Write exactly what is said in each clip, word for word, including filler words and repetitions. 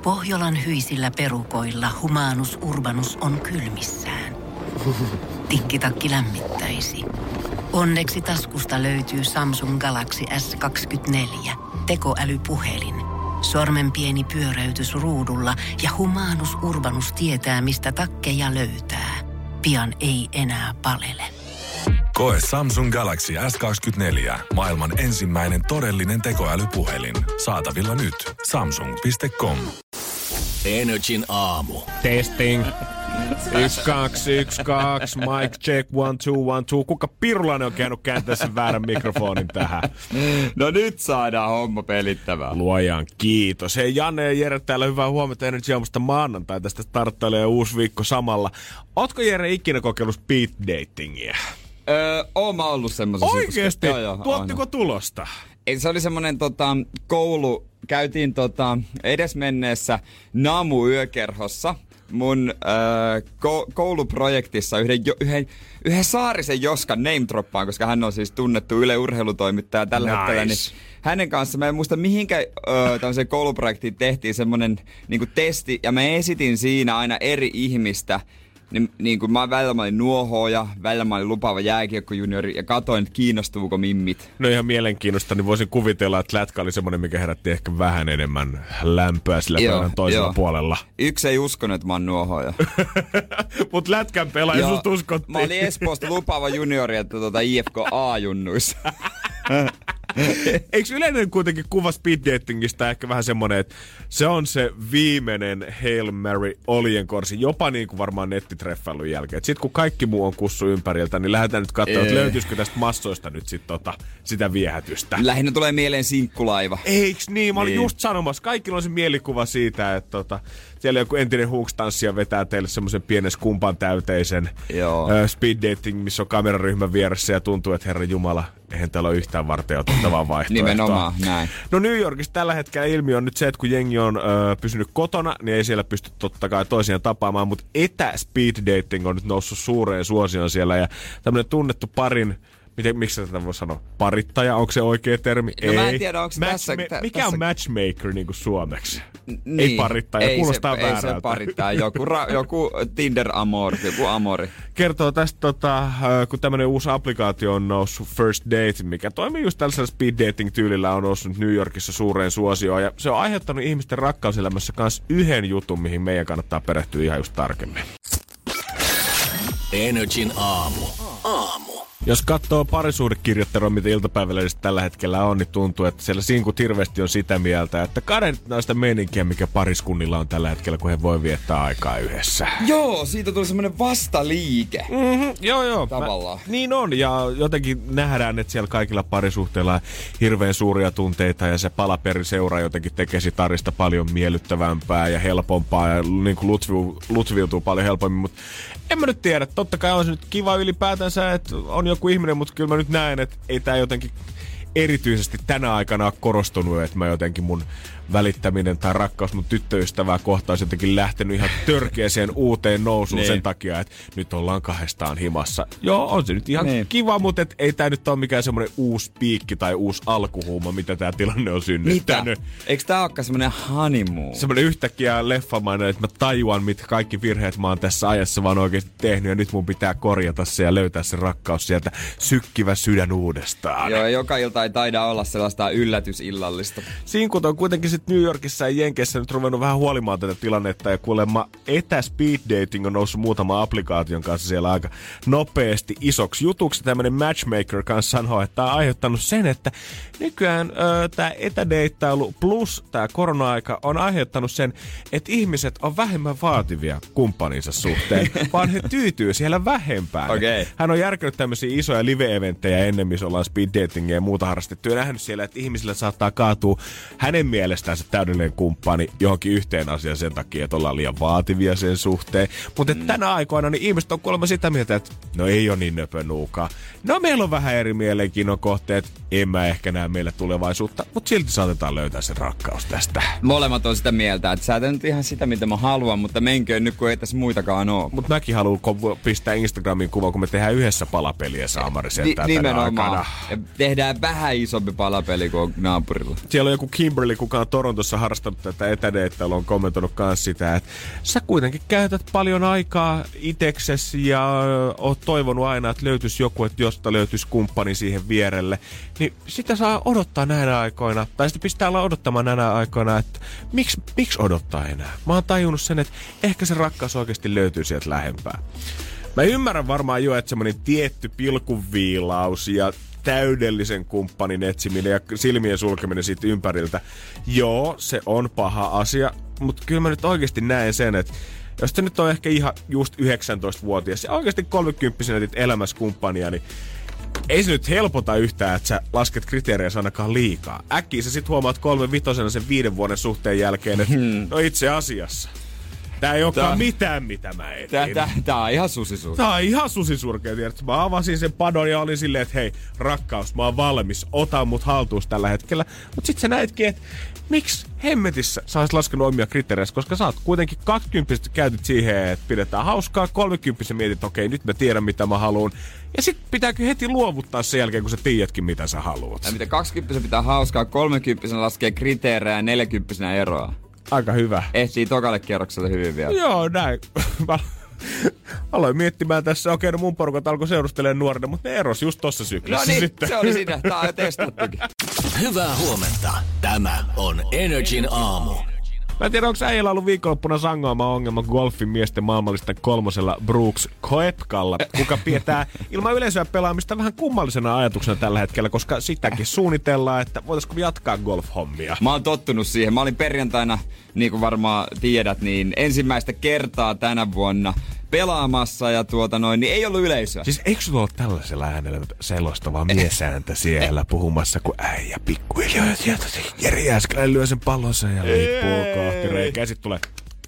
Pohjolan hyisillä perukoilla Humanus Urbanus on kylmissään. Tikkitakki lämmittäisi. Onneksi taskusta löytyy Samsung Galaxy S kaksikymmentäneljä, tekoälypuhelin. Sormen pieni pyöräytys ruudulla ja Humanus Urbanus tietää, mistä takkeja löytää. Pian ei enää palele. Koe Samsung Galaxy S kaksikymmentäneljä, maailman ensimmäinen todellinen tekoälypuhelin. Saatavilla nyt. Samsung piste com. Energin aamu. Testing. Yksi, kaksi, yksi, kaksi. Mic check, one, two, one, two. Kuka pirulainen on käynyt kääntää sen väärän mikrofonin tähän? No nyt saadaan homma pelittämään. Luojan kiitos. Hei Janne ja Jere, täällä hyvää huomenta Energy aamusta maanantai. Tästä starttailee uusi viikko samalla. Ootko Jere ikinä kokeillut speed datingia? Öö, oon mä ollut semmosessa. Oikeesti? Tuottiko tulosta? Ei, se oli semmonen tota, koulu, käytiin tota, edesmenneessä Namu-yökerhossa mun öö, ko- kouluprojektissa yhden, jo, yhden, yhden Saarisen Joskan name-droppaan, koska hän on siis tunnettu Yle urheilutoimittaja tällä nice. hetkellä. Niin hänen kanssa, mä en muista mihinkä öö, tämmöiseen kouluprojektiin tehtiin semmonen niinku testi, ja mä esitin siinä aina eri ihmistä. Niin, niin kuin mä välillä mä olin nuohooja, välillä mä olin lupaava jääkiekkojuniori ja katoin, että kiinnostuuko mimmit. No ihan mielenkiinnosta, niin voisin kuvitella, että lätkä oli semmoinen, mikä herätti ehkä vähän enemmän lämpöä sillä pöydän toisella joo. puolella. Yksi ei uskonut, että mä oon nuohooja. Mut lätkän pelaaja susta uskottiin. Mä olin Espoosta lupaava juniori, että tuota I F K A-junnuissa. Eikö yleinen kuitenkin kuva speed datingista ehkä vähän semmonen, että se on se viimeinen Hail Mary oljenkorsi, jopa niin kuin varmaan nettitreffailun jälkeen. Sitten kun kaikki muu on kussu ympäriltä, niin lähdetään nyt katsomaan, että löytyisikö tästä massoista nyt sit tota, sitä viehätystä. Lähinnä tulee mieleen sinkkulaiva. Eiks niin? Mä olin niin. just sanomassa. Kaikilla on se mielikuva siitä, että tota, siellä joku entinen huukstanssija vetää teille semmoisen pienen skumpan täyteisen uh, speed dating, missä on kameraryhmän vieressä ja tuntuu, että herra jumala, eihän täällä ole yhtään varten otettavaa vaihtoehtoa. Nimenomaan, näin. No New Yorkissa tällä hetkellä ilmiö on nyt se, että kun jengi on ö, pysynyt kotona, niin ei siellä pysty totta kai toisiaan tapaamaan, mutta etä-speed dating on nyt noussut suureen suosioon siellä ja tämmönen tunnettu parin, miten, miksi tätä voi sanoa, parittaja, onko se oikea termi? No ei. mä en tiedä, onko Match, tässä... Me, tä, mikä tässä... on matchmaker niin kuin suomeksi? Niin, ei parittaja, ei kuulostaa se, väärältä. Ei se parittaja, joku, ra, joku Tinder-amor, joku amori. Kertoo tästä, tota, kun tämmönen uusi applikaatio on noussut First Date, mikä toimii just tällaisella speed dating-tyylillä, on noussut New Yorkissa suureen suosioon. Ja se on aiheuttanut ihmisten rakkauselämässä kanssa yhden jutun, mihin meidän kannattaa perehtyä ihan just tarkemmin. Energin aamu. Aamu. Jos katsoo parisuhdekirjoittelua, mitä iltapäivälehdistä tällä hetkellä on, niin tuntuu, että siellä sinkut hirveästi on sitä mieltä, että kadehditaan sitä meininkiä, mikä pariskunnilla on tällä hetkellä, kun he voi viettää aikaa yhdessä. Joo, siitä tuli semmoinen vastaliike. Mm-hmm, joo, joo. Tavallaan. Mä, niin on, ja jotenkin nähdään, että siellä kaikilla parisuhteilla on hirveän suuria tunteita, ja se palaperiseura jotenkin tekee sitä arista paljon miellyttävämpää ja helpompaa, ja niin kuin lutviu, lutviutuu paljon helpommin, mutta en mä nyt tiedä. Totta kai on se nyt kiva ylipäätänsä, että on joku ihminen, mutta kyllä mä nyt näen, että ei tää jotenkin erityisesti tänä aikana ole korostunut, että mä jotenkin mun välittäminen tai rakkaus mun tyttöystävää kohtaan olisi jotenkin lähtenyt ihan törkeäseen uuteen nousuun niin. Sen takia, että nyt ollaan kahdestaan himassa. Joo, on se nyt ihan niin. Kiva, mutta et ei tää nyt ole mikään semmoinen uusi piikki tai uusi alkuhuuma, mitä tää tilanne on synnyttänyt. Mitä? Eikö tää olekaan semmoinen honeymoon? Semmoinen yhtäkkiä leffamainen, että mä tajuan, mitä kaikki virheet mä oon tässä ajassa vaan oikeasti tehnyt ja nyt mun pitää korjata se ja löytää se rakkaus sieltä sykkivä sydän uudestaan. Joo, joka ilta ei taida olla sellaista yllätysillallista. Sinkut on kuitenkin sit New Yorkissa ja Jenkeissä nyt ruvennut vähän huolimaan tätä tilannetta ja kuulemma etä-speed dating on noussut muutama applikaation kanssa siellä aika nopeasti isoksi jutuksi. Tämmönen matchmaker kanssa sanoo, että tämä on aiheuttanut sen, että nykyään öö, tämä etädeittailu plus tämä korona-aika on aiheuttanut sen, että ihmiset on vähemmän vaativia kumppaninsa suhteen, vaan he tyytyy siellä vähempään. Okay. Hän on järkännyt tämmöisiä isoja live-eventtejä ennen, missä ollaan speed datingia ja muuta harrastettu ja nähnyt siellä, että ihmisillä saattaa kaatua hänen mielestään se täydellinen kumppani johonkin yhteen asiaan sen takia, että ollaan liian vaativia sen suhteen. Mutta mm. tänä aikoina niin ihmiset on kuulemma sitä mieltä, että no ei ole niin nöpönuukaa. No meillä on vähän eri mielenkiinnon kohteet. En mä ehkä näe meille tulevaisuutta, mutta silti saatetaan löytää se rakkaus tästä. Molemmat on sitä mieltä, että sä et nyt ihan sitä, mitä mä haluan, mutta menköön nyt, kun ei tässä muitakaan ole. Mutta mäkin haluan pistää Instagramiin kuvan, kun me tehdään yhdessä palapeliä saamari sen Ni- tänä aikana. Ja tehdään vähän vähän isompi palapeli kuin on naapurilla. Siellä on joku Kimberly, kuka on Torontossa harrastanut tätä etädeittailua, on kommentoinut myös sitä, että sä kuitenkin käytät paljon aikaa iteksesi ja oot toivonut aina, että löytyisi joku, että josta löytyisi kumppani siihen vierelle. Niin sitä saa odottaa näinä aikoina, tai sitten pistää olla odottamaan näinä aikoina, että miksi, miksi odottaa enää? Mä oon tajunnut sen, että ehkä se rakkaus oikeasti löytyy sieltä lähempää. Mä ymmärrän varmaan jo, että semmoinen tietty pilkunviilaus ja täydellisen kumppanin etsiminen ja silmien sulkeminen siitä ympäriltä, joo, se on paha asia, mutta kyllä mä nyt oikeasti näen sen, että jos se nyt on ehkä ihan just yhdeksäntoistavuotias ja oikeasti kolmekymppisenä etit elämässä kumppania, niin ei se nyt helpota yhtään, että sä lasket kriteerejä ainakaan liikaa. Äkkiä sä sit huomaat kolme vitosena sen viiden vuoden suhteen jälkeen, että hmm. no itse asiassa. Tää ei olekaan tää, mitään, mitä mä etin. Tää, tää, tää on ihan susisurkea. Tää on ihan susisurkea, tiedätkö? Mä avasin sen padon ja olin silleen, että hei, rakkaus, mä oon valmis. Ota mut haltuus tällä hetkellä. Mut sit sä näetkin, että miksi hemmetissä sä ois laskenut omia kriteereistä, koska sä oot kuitenkin kaksikymppistä käytit siihen, että pidetään hauskaa. kolmekymppistä mietit, okei, okay, nyt mä tiedän, mitä mä haluun. Ja sit pitääkö heti luovuttaa sen jälkeen, kun sä tiedätkin, mitä sä haluut. Ja mitä kaksikymppistä pitää hauskaa, kolmekymppistä laskee kriteerejä ja neljäkymppistä eroa. Aika hyvä. Ehtii tokalle kierrokselle hyvin vielä. Joo, näin. Mä aloin miettimään tässä, okei, no mun porukat alkoi seurustelemaan nuorena, mutta ne eros just tossa syklissä. No niin, sitten. Se oli siinä. Tää on testattukin. Hyvää huomenta. Tämä on Energin aamu. Mä en tiedä, onko äijällä ollut viikonloppuna sangoama ongelma golfin miesten maailmallisten kolmosella Brooks Koepkalla, kuka pidetään ilman yleisöä pelaamista vähän kummallisena ajatuksena tällä hetkellä, koska sitäkin suunnitellaan, että voitaisiko jatkaa golf-hommia. Mä oon tottunut siihen. Mä olin perjantaina, niin kuin varmaan tiedät, niin ensimmäistä kertaa tänä vuonna pelaamassa ja tuota noin, niin ei ollut yleisöä. Siis eikö sulla ole tällaisella äänellä selostavaa miesääntä siellä puhumassa, kun äijä pikkuhiljaa ja sieltä se Jeri Jääskeläinen lyö sen pallonsa ja liippuu kohti reikää. Sitten tulee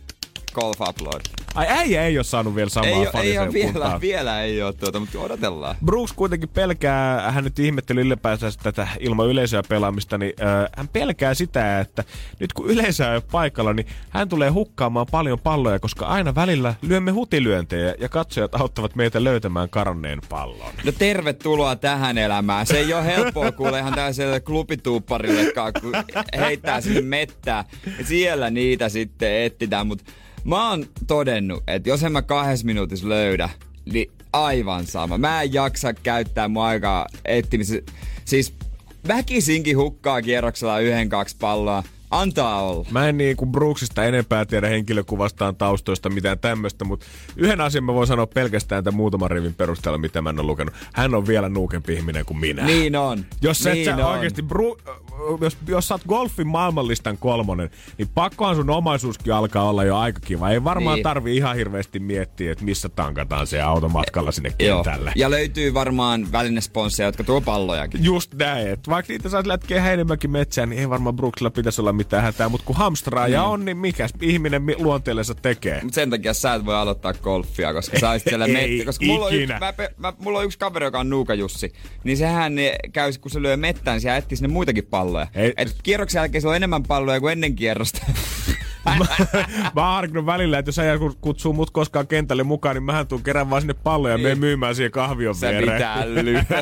golf upload. Ai äijä ei oo saanut vielä samaa ei faniseen ei vielä, kuntaan. vielä ei oo tuota, mutta odotellaan. Brooks kuitenkin pelkää, hän nyt ihmetteli ylipäänsä tätä ilman yleisöä pelaamista, niin äh, hän pelkää sitä, että nyt kun yleisöä ei ole paikalla, niin hän tulee hukkaamaan paljon palloja, koska aina välillä lyömme hutilyöntejä ja katsojat auttavat meitä löytämään karanneen pallon. No tervetuloa tähän elämään. Se ei ole helppoa kuule ihan tällaiselle klubituupparillekaan, kun heittää sinne mettää. Ja siellä niitä sitten etsitään, mutta mä oon todennut, että jos en mä kahdessa minuutissa löydä, niin aivan sama. Mä en jaksa käyttää mun aikaa etsimisessä. Siis väkisinkin hukkaa kierroksella yhden, kaksi palloa. Antaa olla. Mä en niin kuin Brooksista enempää tiedä henkilökuvastaan taustoista mitään tämmöistä, mutta yhden asian mä voin sanoa pelkästään tämän muutaman rivin perusteella, mitä mä en ole lukenut. Hän on vielä nuukempi ihminen kuin minä. Niin on. Jos niin et sä on. oikeesti, Bru- jos, jos sä oot golfin maailmanlistan kolmonen, niin pakkohan sun omaisuuskin alkaa olla jo aika kiva. Ei varmaan niin. tarvi ihan hirveästi miettiä, että missä tankataan se automatkalla sinne kentälle. Ja löytyy varmaan välinesponsseja, jotka tuo pallojakin. Just näin, että vaikka niitä saisi lätkeä Heinemäkin metsään, niin ei varmaan Brooksilla pitäisi olla mitään hätää, mutta kun hamstraaja mm. on, niin mikäs ihminen luonteellensa tekee? Mut sen takia sä et voi aloittaa golfia, koska sä olisit siellä metti. Koska mulla on, yksi, mä, mä, mulla on yksi kaveri, joka on Nuuka Jussi, niin sehän käy, kun se lyö mettään, niin se etsii sinne muitakin palloja. Ei. Et kierroksen jälkeen se on enemmän palloja kuin ennen kierrosta. mä, mä oon harkinnut välillä, että jos äijä kutsuu mut koskaan kentälle mukaan, niin mähän tuun kerran vaan sinne palloja ja menen myymään siihen kahvion viereen. Se pitää lyö.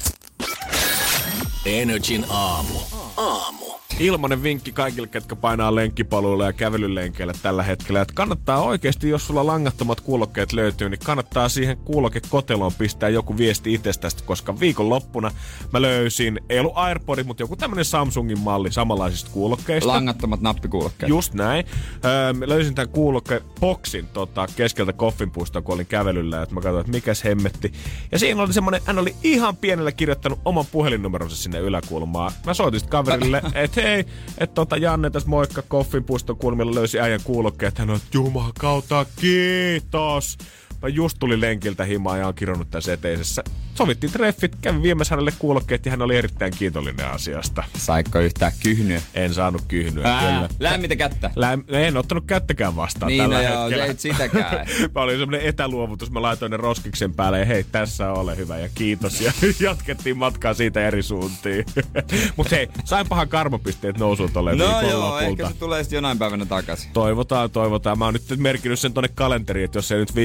Energin aamu. Aamu. Ilmanen vinkki kaikille, ketkä painaa lenkkipaluilla ja kävelylenkeillä tällä hetkellä. Että kannattaa oikeasti, jos sulla langattomat kuulokkeet löytyy, niin kannattaa siihen kuulokekoteloon pistää joku viesti itsestäsi, koska viikonloppuna mä löysin, ei ollut AirPodit, mutta joku tämmönen Samsungin malli samanlaisista kuulokkeista. Langattomat nappikuulokkeet. Just näin. Öö, mä löysin tämän kuulokeboksin tota, keskeltä Koffinpuistoa, kun olin kävelyllä, että mä katsoin, että mikäs hemmetti. Ja siinä oli semmonen, hän oli ihan pienellä kirjoittanut oman puhelinnumeronsa sinne yläkulmaan. Mä soitin sit kaverille, että hei, että tota Janne tässä moikka Koffinpuiston kulmilla löysi äijän kuulokkeet. Hän on, että jumakauta, kiitos. Mä just tulin lenkiltä himaan ja on kirjonnut tässä eteisessä. Sovittiin treffit, kävin viemässä hänelle kuulokkeet ja hän oli erittäin kiitollinen asiasta. Saikko yhtään kyhnyä? En saanut kyhnyä, Ää, kyllä. Lämmitä kättä? Läm... En ottanut kättäkään vastaan niin, tällä no hetkellä. Joo, ei sitäkään. Mä olin semmonen etäluovutus, mä laitoin ne roskiksen päälle ja hei, tässä ole hyvä ja kiitos. Ja jatkettiin matkaa siitä eri suuntiin. Mut hei, sain pahan karmapisteet nousuun tolleen no viikon joo, lopulta. ehkä se tulee sitten jonain päivänä takaisin. Toivotaan, toivotaan. Mä oon nyt merkinnyt sen tonne kalenteriin, että jos ei nyt viikon sisään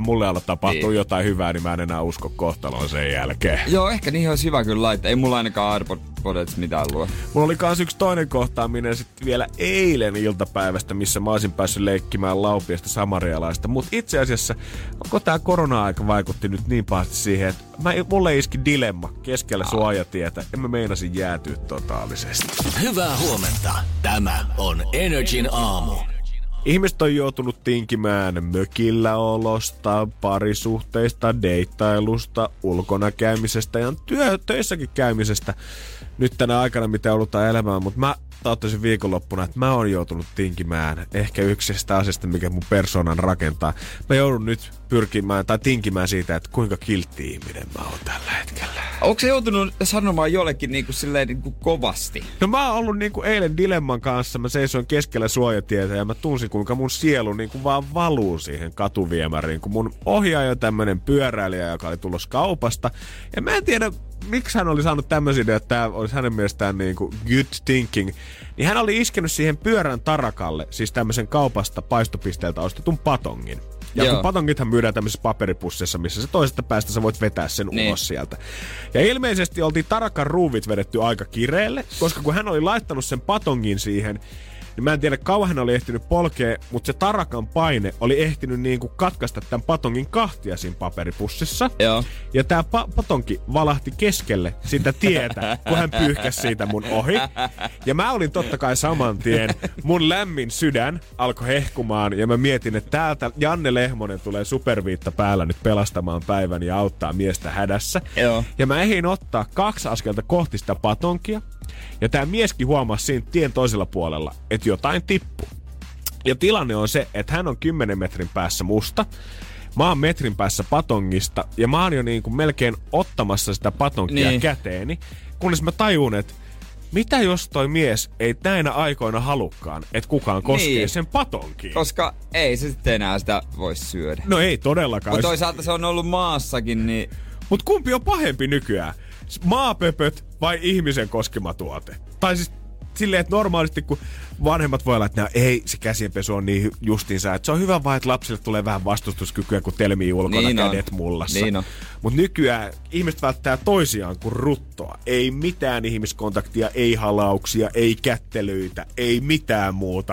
mulle ala tapahtuu niin. jotain hyvää, niin mä en enää usko kohtaloon sen jälkeen. Joo, ehkä niihin olisi hyvä kyllä laittaa. Ei mulla ainakaan AirPods mitään luo. Mulla oli kans yksi toinen kohtaaminen sitten vielä eilen iltapäivästä, missä mä olisin päässyt leikkimään Laupiasta samarialaista. Mut itse asiassa, onko tää korona-aika vaikutti nyt niin pahasti siihen, että mä, mulle iski dilemma keskellä Aa. suojatietä ja mä meinasin jäätyä totaalisesti. Hyvää huomenta. Tämä on Energin aamu. Ihmiset on joutunut tinkimään mökilläolosta, parisuhteista, deittailusta, ulkona käymisestä ja työ, töissäkin käymisestä nyt tänä aikana, mitä joudutaan elämään, mutta mä tauttisin viikonloppuna, että mä oon joutunut tinkimään ehkä yksistä asiasta, mikä mun persoonan rakentaa. Mä joudun nyt pyrkimään tai tinkimään siitä, että kuinka kiltti ihminen mä oon tällä hetkellä. Onko se joutunut sanomaan jollekin niinku silleen niinku kovasti? No mä oon ollut niinku eilen dilemman kanssa, mä seisoin keskellä suojatietä ja mä tunsin kuinka mun sielu niinku vaan valuu siihen katuviemäriin, kun mun ohjaaja on tämmönen pyöräilijä, joka oli tulossa kaupasta. Ja mä en tiedä, miksi hän oli saanut tämmöisiä ideoita, että tää olisi hänen mielestään niinku good thinking. Niin hän oli iskenyt siihen pyörän tarakalle, siis tämmöisen kaupasta paistopisteeltä ostetun patongin. Ja Joo. kun patongithan myydään tämmöisessä paperipusseissa, missä se toisesta päästä sä voit vetää sen niin. ulos sieltä. Ja ilmeisesti oltiin tarakan ruuvit vedetty aika kireelle, koska kun hän oli laittanut sen patongin siihen, niin mä en tiedä kauan hän oli ehtinyt polkea, mutta se tarakan paine oli ehtinyt niinku katkaista tämän patongin kahtia siinä paperipussissa. Joo. Ja tää pa- patonki valahti keskelle sitä tietä, kun hän pyyhkäsi siitä mun ohi. Ja mä olin totta kai saman tien, mun lämmin sydän alkoi hehkumaan ja mä mietin, että täältä Janne Lehmonen tulee superviitta päällä nyt pelastamaan päivän ja auttaa miestä hädässä. Joo. Ja mä ehdin ottaa kaksi askelta kohti sitä patonkia. Ja tää mieskin huomasi siinä tien toisella puolella, että jotain tippuu. Ja tilanne on se, että hän on kymmenen metrin päässä musta. Mä oon metrin päässä patongista ja mä oon jo niin kuin melkein ottamassa sitä patonkia niin. käteeni. Kunnes mä tajun, että mitä jos toi mies ei näinä aikoina halukkaan, että kukaan koskee niin. sen patonkiin? Koska ei se sitten enää sitä voi syödä. No ei todellakaan. Mutta toisaalta se on ollut maassakin, niin... Mut kumpi on pahempi nykyään? Maapöpöt vai ihmisen koskema tuote? Tai siis silleen, että normaalisti kun vanhemmat voi olla, että no, ei, se käsienpesu on niin justiinsa, että se on hyvä vaan, että lapsille tulee vähän vastustuskykyä, kun telmii ulkona niin kädet mullassa. Niin mutta nykyään ihmiset välttää toisiaan kuin ruttoa. Ei mitään ihmiskontaktia, ei halauksia, ei kättelyitä, ei mitään muuta.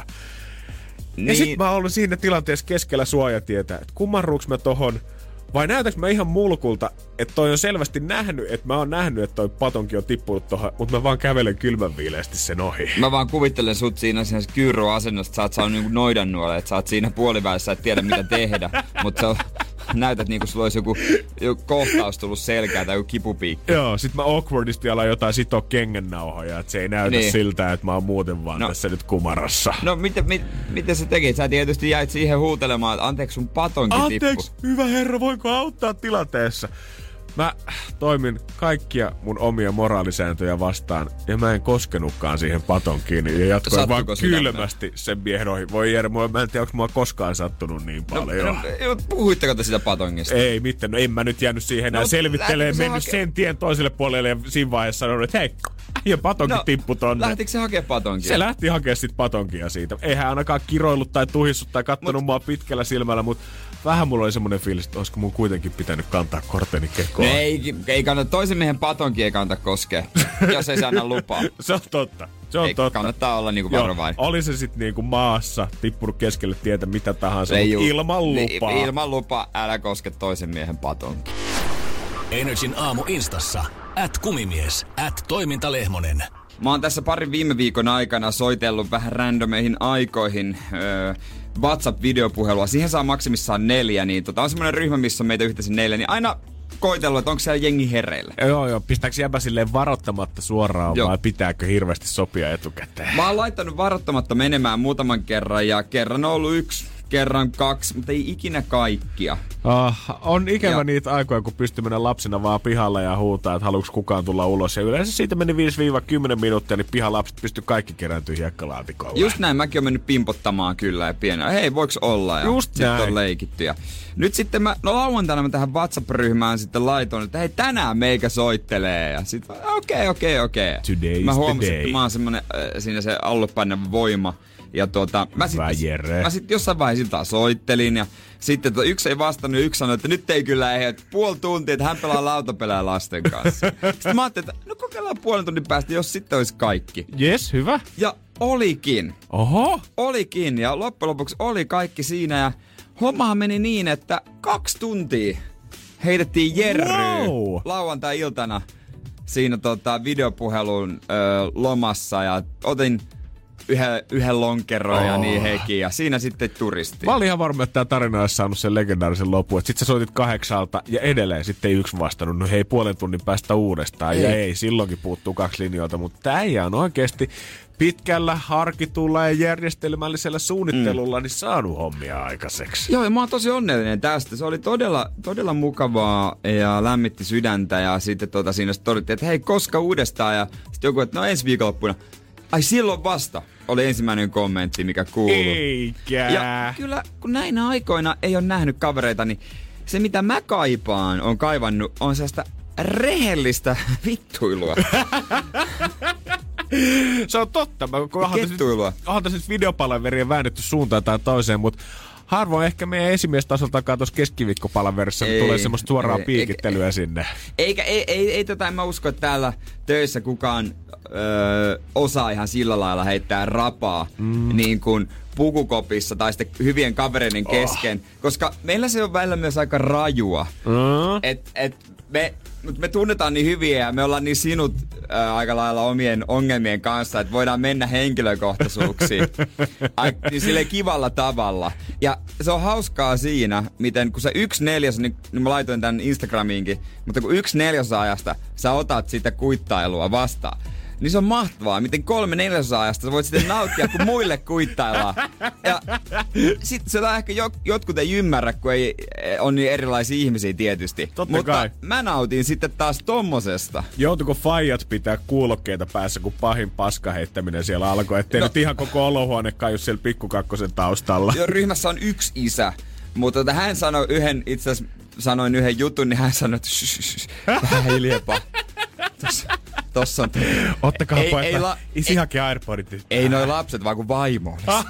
Niin. Ja sit mä oon ollut siinä tilanteessa keskellä suojatietä, että kumarruuks mä tohon, vai näytäks mä ihan mulkulta, että toi on selvästi nähnyt, että mä oon nähnyt, että toi patonki on tippunut tohon, mutta mä vaan kävelen kylmänviileästi sen ohi. Mä vaan kuvittelen sut siinä siinä kyyrroasennosta, että sä oot saanut niinku noidannuolle, että sä oot siinä puoliväessä, et tiedä mitä tehdä, mutta näytät niinku sulla olisi joku, joku kohtaus tullut selkää tai joku kipupiikki. Joo, sit mä awkwardisti alan jotain sitoa kengännauhoja, että se ei näytä niin. siltä, että mä oon muuten vaan no. tässä nyt kumarassa. No miten, mit, miten sä tekit? Sä tietysti jäit siihen huutelemaan, että anteeksi sun patonki tippu. Anteeksi, hyvä herra, voinko auttaa tilanteessa? Mä toimin kaikkia mun omia moraalisääntöjä vastaan ja mä en koskenutkaan siihen patonkiin ja jatkoin Sattuko vaan kylmästi sen miehen ohi. Voi jäädä, mä en tiedä, onko mua koskaan sattunut niin paljon. No, no, puhuitteko te sitä patongista? Ei mitään, no en mä nyt jäänyt siihen enää no, selvittelemään, mennyt hake... sen tien toiselle puolelle ja siinä vaiheessa sanonut, että hei, ja patonki no, tippu tonne. Lähtikö se hakea patonkia? Se lähti hakea sit patonkia siitä. Eihän ainakaan kiroillut tai tuhissut tai kattonut Mut... mua pitkällä silmällä, mutta vähän mulla oli semmonen fiilis, että olisiko mun kuitenkin pitänyt kantaa korteni kekoon. No ei, ei kannata, toisen miehen patonki ei kannata koskea, jos ei se anna lupaa. Se on totta. Se on ei, totta. Kannattaa olla niinku varovainen. Oli se sit niinku maassa, tippunut keskelle tietä mitä tahansa, mutta ilman lupaa. Niin, ilman lupaa, älä koske toisen miehen patonki. Energin aamu Instassa. At kumimies, at toimintalehmonen. Mä oon tässä parin viime viikon aikana soitellut vähän randomeihin aikoihin öö, WhatsApp-videopuhelua. Siihen saa maksimissaan neljä, niin tota on semmonen ryhmä, missä on meitä yhteensä neljä, niin aina koitellut, että onko siellä jengi hereillä. Joo, joo. Pistääkö jäbä silleen varoittamatta suoraan joo. vai pitääkö hirveästi sopia etukäteen? Mä oon laittanut varoittamatta menemään muutaman kerran ja kerran on ollut yksi. Kerran kaksi, mutta ei ikinä kaikkia. Oh, on ikävä ja. niitä aikoja, kun pystyy mennä lapsena vaan pihalle ja huutaa, että haluuks kukaan tulla ulos. Ja yleensä siitä meni viisi kymmenen minuuttia, niin pihalapset pysty kaikki kerääntyä hiekkalaatikolle. Just näin, mäkin oon mennyt pimpottamaan kyllä ja pienellä. Hei, voiks olla? Ja just sitten on leikitty. Ja nyt sitten mä, no lauantaina mä tähän WhatsApp-ryhmään sitten laitoin, että hei tänään meikä soittelee. Ja sit okei, okei, okei. Mä huomasin, että mä oon semmonen äh, siinä se allopainava voima. Ja tuota, mä sitten mä sit jossain vaiheessa taas soittelin ja sitten to, yksi ei vastannut, yksi sanoi, että nyt ei kyllä ehdi, että puoli tuntia, että hän pelaa lautapelejä lasten kanssa. Sitten mä ajattelin, että no kokeillaan puolen tunnin päästä, jos sitten olisi kaikki. Jes, hyvä. Ja olikin. Oho. Olikin ja loppujen lopuksi oli kaikki siinä ja hommahan meni niin, että kaksi tuntia heitettiin jerryyn wow. lauantai-iltana siinä tota, videopuhelun ö, lomassa ja otin yhden, yhden lonkeron oh. ja niin hekin ja siinä sitten turisti. Mä olin ihan varma, että tää tarina olisi saanut sen legendaarisen lopun, että sit sä soitit kahdeksalta ja edelleen sitten ei yksi vastannut, no hei puolen tunnin päästä uudestaan ei. Ja ei, silloinkin puuttuu kaksi linjoilta, mutta tää ei on oikeesti pitkällä, harkitulla ja järjestelmällisellä suunnittelulla mm. niin saanut hommia aikaiseksi. Joo, ja mä oon tosi onnellinen tästä. Se oli todella, todella mukavaa ja lämmitti sydäntä ja sitten tota, siinä todettiin, että hei, koska uudestaan ja sitten joku, että no ensi viikonloppuna. Ai silloin vasta oli ensimmäinen kommentti, mikä kuului. Eikä. Ja kyllä, kun näinä aikoina ei ole nähnyt kavereita, niin se mitä mä kaipaan, on kaivannut, on sellaista rehellistä vittuilua. Se on totta. Kettuilua. Onhan tässä nyt videopalaverien väännetty suuntaan tai toiseen, mutta harvoin ehkä meidän esimiestasoltakaan tuossa keskiviikkopalaverissa tulee semmoista suoraa ei, piikittelyä ei, sinne. Eikä, ei, ei, ei tota, en mä usko, että täällä töissä kukaan öö, osaa ihan sillä lailla heittää rapaa mm. niin kuin pukukopissa tai sitten hyvien kavereiden kesken, oh. koska meillä se on välillä myös aika rajua. Mm. Et, et me, me tunnetaan niin hyviä ja me ollaan niin sinut ää, aika lailla omien ongelmien kanssa, että voidaan mennä henkilökohtaisuuksiin Ai, niin silleen kivalla tavalla. Ja se on hauskaa siinä, miten kun se yksi neljäs, niin, niin mä laitoin tän Instagramiinkin, mutta kun yksi neljäsosa ajasta sä otat sitä kuittailua vastaan, niin se on mahtavaa, miten kolme neljäsosaa ajasta sä voit sitten nauttia, kun muille kuittaillaan. Ja sit se on ehkä jotkut ei ymmärrä, kun ei on niin erilaisia ihmisiä tietysti. Totta Mutta kai. Mä nautin sitten taas tommosesta. Joutuiko faijat pitää kuulokkeita päässä, kun pahin paskaheittäminen siellä alkoi? Ettei no, nyt ihan koko olohuone kaiu siellä pikkukakkosen taustalla. Jo, ryhmässä on yksi isä, mutta hän sanoi yhden, itse asiassa sanoin yhden jutun, niin hän sanoi, että shh, shh, vähän hiljempaa. Tossa, tossa on... Ottakaa pois, la- isi hakee AirPodit. Ei noi lapset, vaan kun vaimo oli.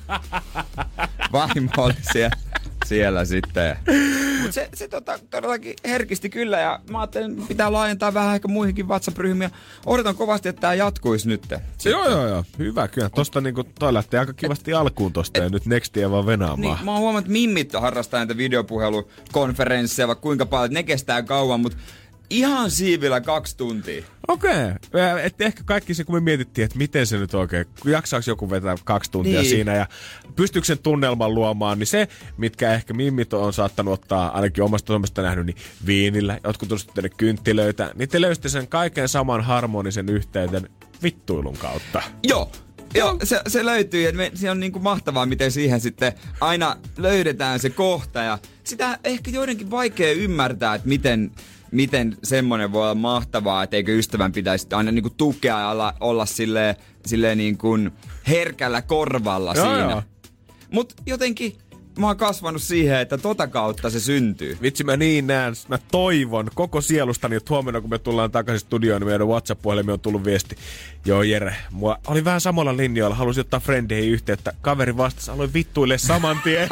Vaimo oli siellä, siellä sitten. Mut se, se tota, todellakin herkisti kyllä ja mä ajattelin, pitää laajentaa vähän ehkä muihinkin WhatsApp-ryhmiä. Odotan kovasti, että tää jatkuisi nyt. Joo, joo, joo. Hyvä kyllä. Tosta niinku toi lähtee aika kivasti et, alkuun tosta et, ja nyt nextia vaan venaamaan. Niin, mä oon huomannut, että mimmit harrastaa näitä videopuhelukonferensseja, vaikka kuinka paljon. Ne kestää kauan, mutta ihan siivillä kaksi tuntia. Okei. Okay. Että ehkä kaikki se, kun me mietittiin, että miten se nyt oikein, jaksaako joku vetää kaksi tuntia niin siinä ja pystyykö sen tunnelman luomaan, niin se, mitkä ehkä mimmit on saattanut ottaa, ainakin omasta toimesta nähnyt, niin viinillä, jotkut tuosta kynttilöitä, niin te löysitte sen kaiken saman harmonisen yhteyden vittuilun kautta. Joo. Joo, se, se löytyy ja me, se on niinku mahtavaa, miten siihen sitten aina löydetään se kohta ja sitä ehkä joidenkin vaikea ymmärtää, että miten miten semmonen voi olla mahtavaa, että eikö ystävän pitäisi aina niinku tukea ja olla, olla silleen, silleen niinku herkällä korvalla joo, siinä. Joo. Mut jotenkin mä oon kasvanut siihen, että tota kautta se syntyy. Vitsi, mä niin näen. Mä toivon koko sielustani, että huomenna kun me tullaan takaisin studioon, niin meidän WhatsApp-puhelimeen on tullut viesti. Joo Jere, mua oli vähän samalla linjoilla. Halusin ottaa frendeihin yhteyttä. Kaveri vastasi, aloin vittuille saman tien.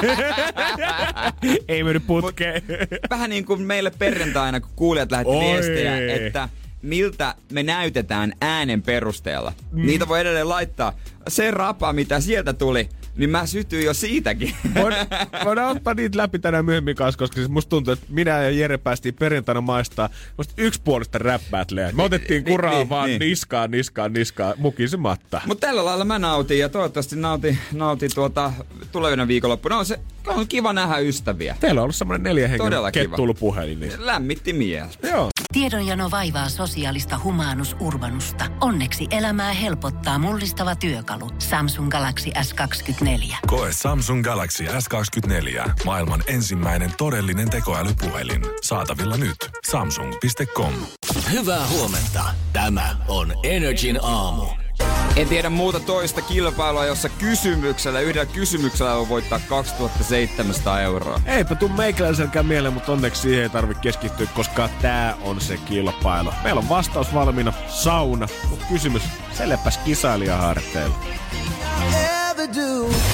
Ei mennyt putkeen. Vähän niin kuin meille perjantaina, kun kuulijat lähetti Oi. viestejä, että miltä me näytetään äänen perusteella. Mm. Niitä voi edelleen laittaa. Se rapa, mitä sieltä tuli, niin mä sytyin jo siitäkin. Voidaan ottaa niitä läpi tänään myöhemmin kanssa, koska siis musta tuntuu, että minä ja Jere päästiin perjantaina maistaa musta yksipuolista rap-battleja. Me otettiin kuraa niin, vaan niin. niskaan, niskaan, niskaan, mukisematta. Mutta tällä lailla mä nautin ja toivottavasti nautin, nautin tuota tulevina viikonloppuna. On se on kiva nähdä ystäviä. Teillä on ollut semmoinen neljä hengen kettuilupuhelin. Niin. Lämmitti mieltä. Joo. Tiedonjano vaivaa sosiaalista humanus urbanusta. Onneksi elämää helpottaa mullistava työkalu. Samsung Galaxy S kaksikymmentäneljä. Koe Samsung Galaxy S kaksikymmentäneljä. Maailman ensimmäinen todellinen tekoälypuhelin. Saatavilla nyt. Samsung piste com. Hyvää huomenta. Tämä on Energin aamu. En tiedä muuta toista kilpailua, jossa kysymyksellä, yhdellä kysymyksellä voi voittaa kaksituhattaseitsemänsataa euroa. Eipä tuu meikäläiselläkään mieleen, mutta onneksi siihen ei tarvitse keskittyä, koska tää on se kilpailu. Meillä on vastaus valmiina, sauna, mutta kysymys, se leppäs kisailijaharteilla.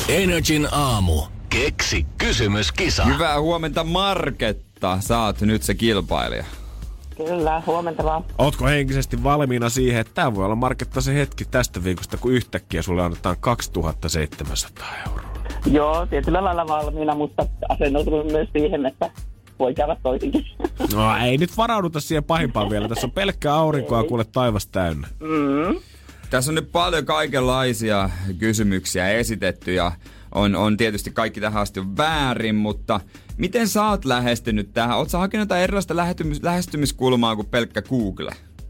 Energin aamu. Keksi kysymyskisa. Hyvää huomenta Marketta. Sä oot nyt se kilpailija. Kyllä, huomenta vaan. Ootko henkisesti valmiina siihen, että tää voi olla Marketta se hetki tästä viikosta, kun yhtäkkiä sulle annetaan kaksituhattaseitsemänsataa euroa? Joo, tietyllä lailla valmiina, mutta asennoitunut myös siihen, että voi käydä toisinkin. No ei nyt varauduta siihen pahimpaan vielä. Tässä on pelkkää aurinkoa kuule taivas täynnä. Mm. Tässä on nyt paljon kaikenlaisia kysymyksiä esitetty ja on, on tietysti kaikki tähän asti on väärin, mutta miten sä oot lähestynyt tähän? Oot sä hakenut jotain erilaista lähestymis- lähestymiskulmaa kuin pelkkä Google?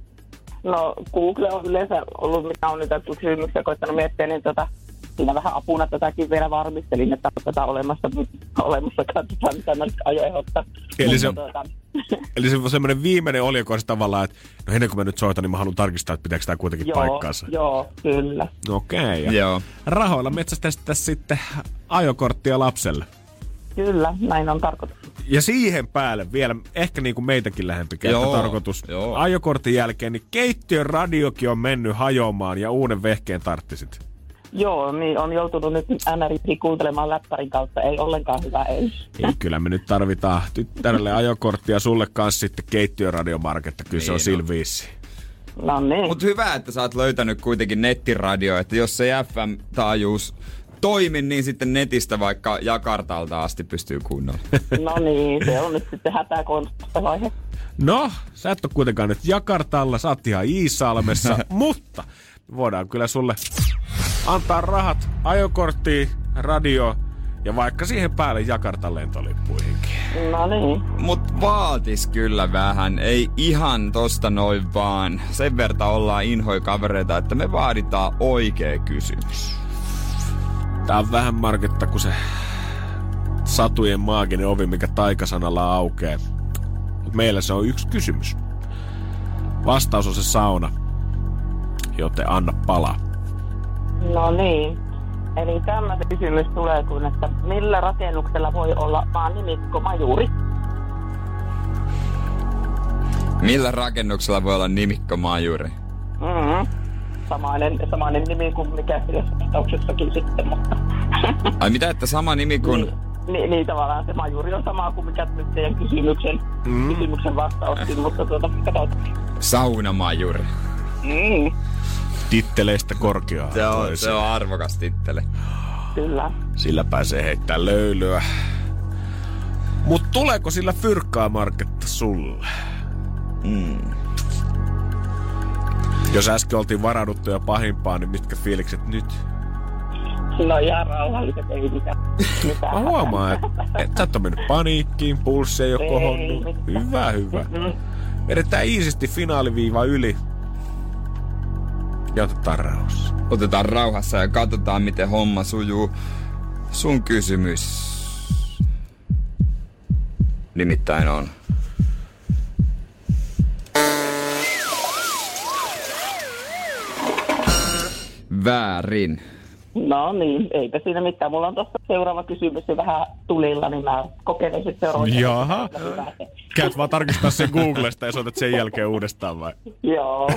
No Google on yleensä ollut, mitä on nyt kysymyksiä koittanut miettiä, niin tota, siinä vähän apuna tätäkin vielä varmistelin, että on tätä olemassa, olemassa katsotaan, mitä mä nyt aion ehdottaa. Eli se, tuota... eli se on semmoinen viimeinen oliko se tavallaan, että no ennen kuin mä nyt soitan, niin mä haluan tarkistaa, että pitääkö tää kuitenkin joo, paikkaansa. Joo, kyllä. Okei. Okay, joo. Rahoilla metsästä sitten ajokorttia lapselle. Kyllä, näin on tarkoitus. Ja siihen päälle vielä, ehkä niin kuin meitäkin lähempi tarkoitus. Joo. Ajokortin jälkeen, niin keittiön radiokin on mennyt hajoamaan ja uuden vehkeen tarttisit. Joo, niin on joutunut nyt N R I kuuntelemaan läppärin kautta. Ei ollenkaan hyvä, ei. Ei, kyllä me nyt tarvitaan tyttärelle ajokorttia, sulle kanssa sitten keittiön radiomarketta. Kyllä niin se on silviissi. No niin. Mut hyvä, että sä oot löytänyt kuitenkin nettiradio, että jos se F M-taajuus toimi, niin sitten netistä vaikka Jakartalta asti pystyy kunnolla. No niin, se on nyt sitten hätäkonstasta vaihe. No, sä et ole kuitenkaan nyt Jakartalla, sä oot ihan Iisalmessa, mutta voidaan kyllä sulle antaa rahat ajokorttiin, radio ja vaikka siihen päälle Jakartan lentolippuihinkin. No niin. Mut vaatis kyllä vähän, ei ihan tosta noin vaan. Sen verta ollaan inhoi kavereita, että me vaaditaan oikea kysymys. Tää on vähän Marketta kuin se satujen maaginen ovi, mikä taikasanalla aukeaa. Mut meillä se on yksi kysymys. Vastaus on se sauna, joten anna palaa. No niin. Eli tämmöinen kysymys tulee kuin, että millä rakennuksella voi olla maanimikko Majuri? Millä rakennuksella voi olla nimikko Majuri? Mm-hmm. Samainen, samainen nimi kuin mikä tässä vastauksessakin sitten, mutta... Ai mitä, että sama nimi kuin... Niin, niin, niin tavallaan se Majuri on sama kuin mikä nyt teidän kysymyksen, mm. kysymyksen vastauskin, mutta tuota, katsotaan. Saunamajuri. Mm. Titteleistä korkeaa. Se on, se on arvokas tittele. Kyllä. Sillä pääsee heittää löylyä. Mut tuleeko sillä fyrkkaa Marketta sulle? Mm. Jos äsken oltiin varauduttu jo pahimpaan, niin mitkä fiilikset nyt? No ihan rauhalliset, ei mitään. mitään. Mä huomaan, että et, sä et ole mennyt paniikkiin, pulssi ei ole kohonnut. Hyvä, hyvä. Mm-hmm. Vedetään iisisti finaaliviiva yli. Ja otetaan rauhassa. Otetaan rauhassa ja katsotaan, miten homma sujuu. Sun kysymys nimittäin on... Väärin. No niin, eipä siinä mitään. Mulla on tuossa seuraava kysymys ja vähän tulilla, niin mä kokeilen sitten seuraava. Jaha. Käyt vaan tarkistaa sen Googlesta ja soitat sen jälkeen uudestaan vai? Joo.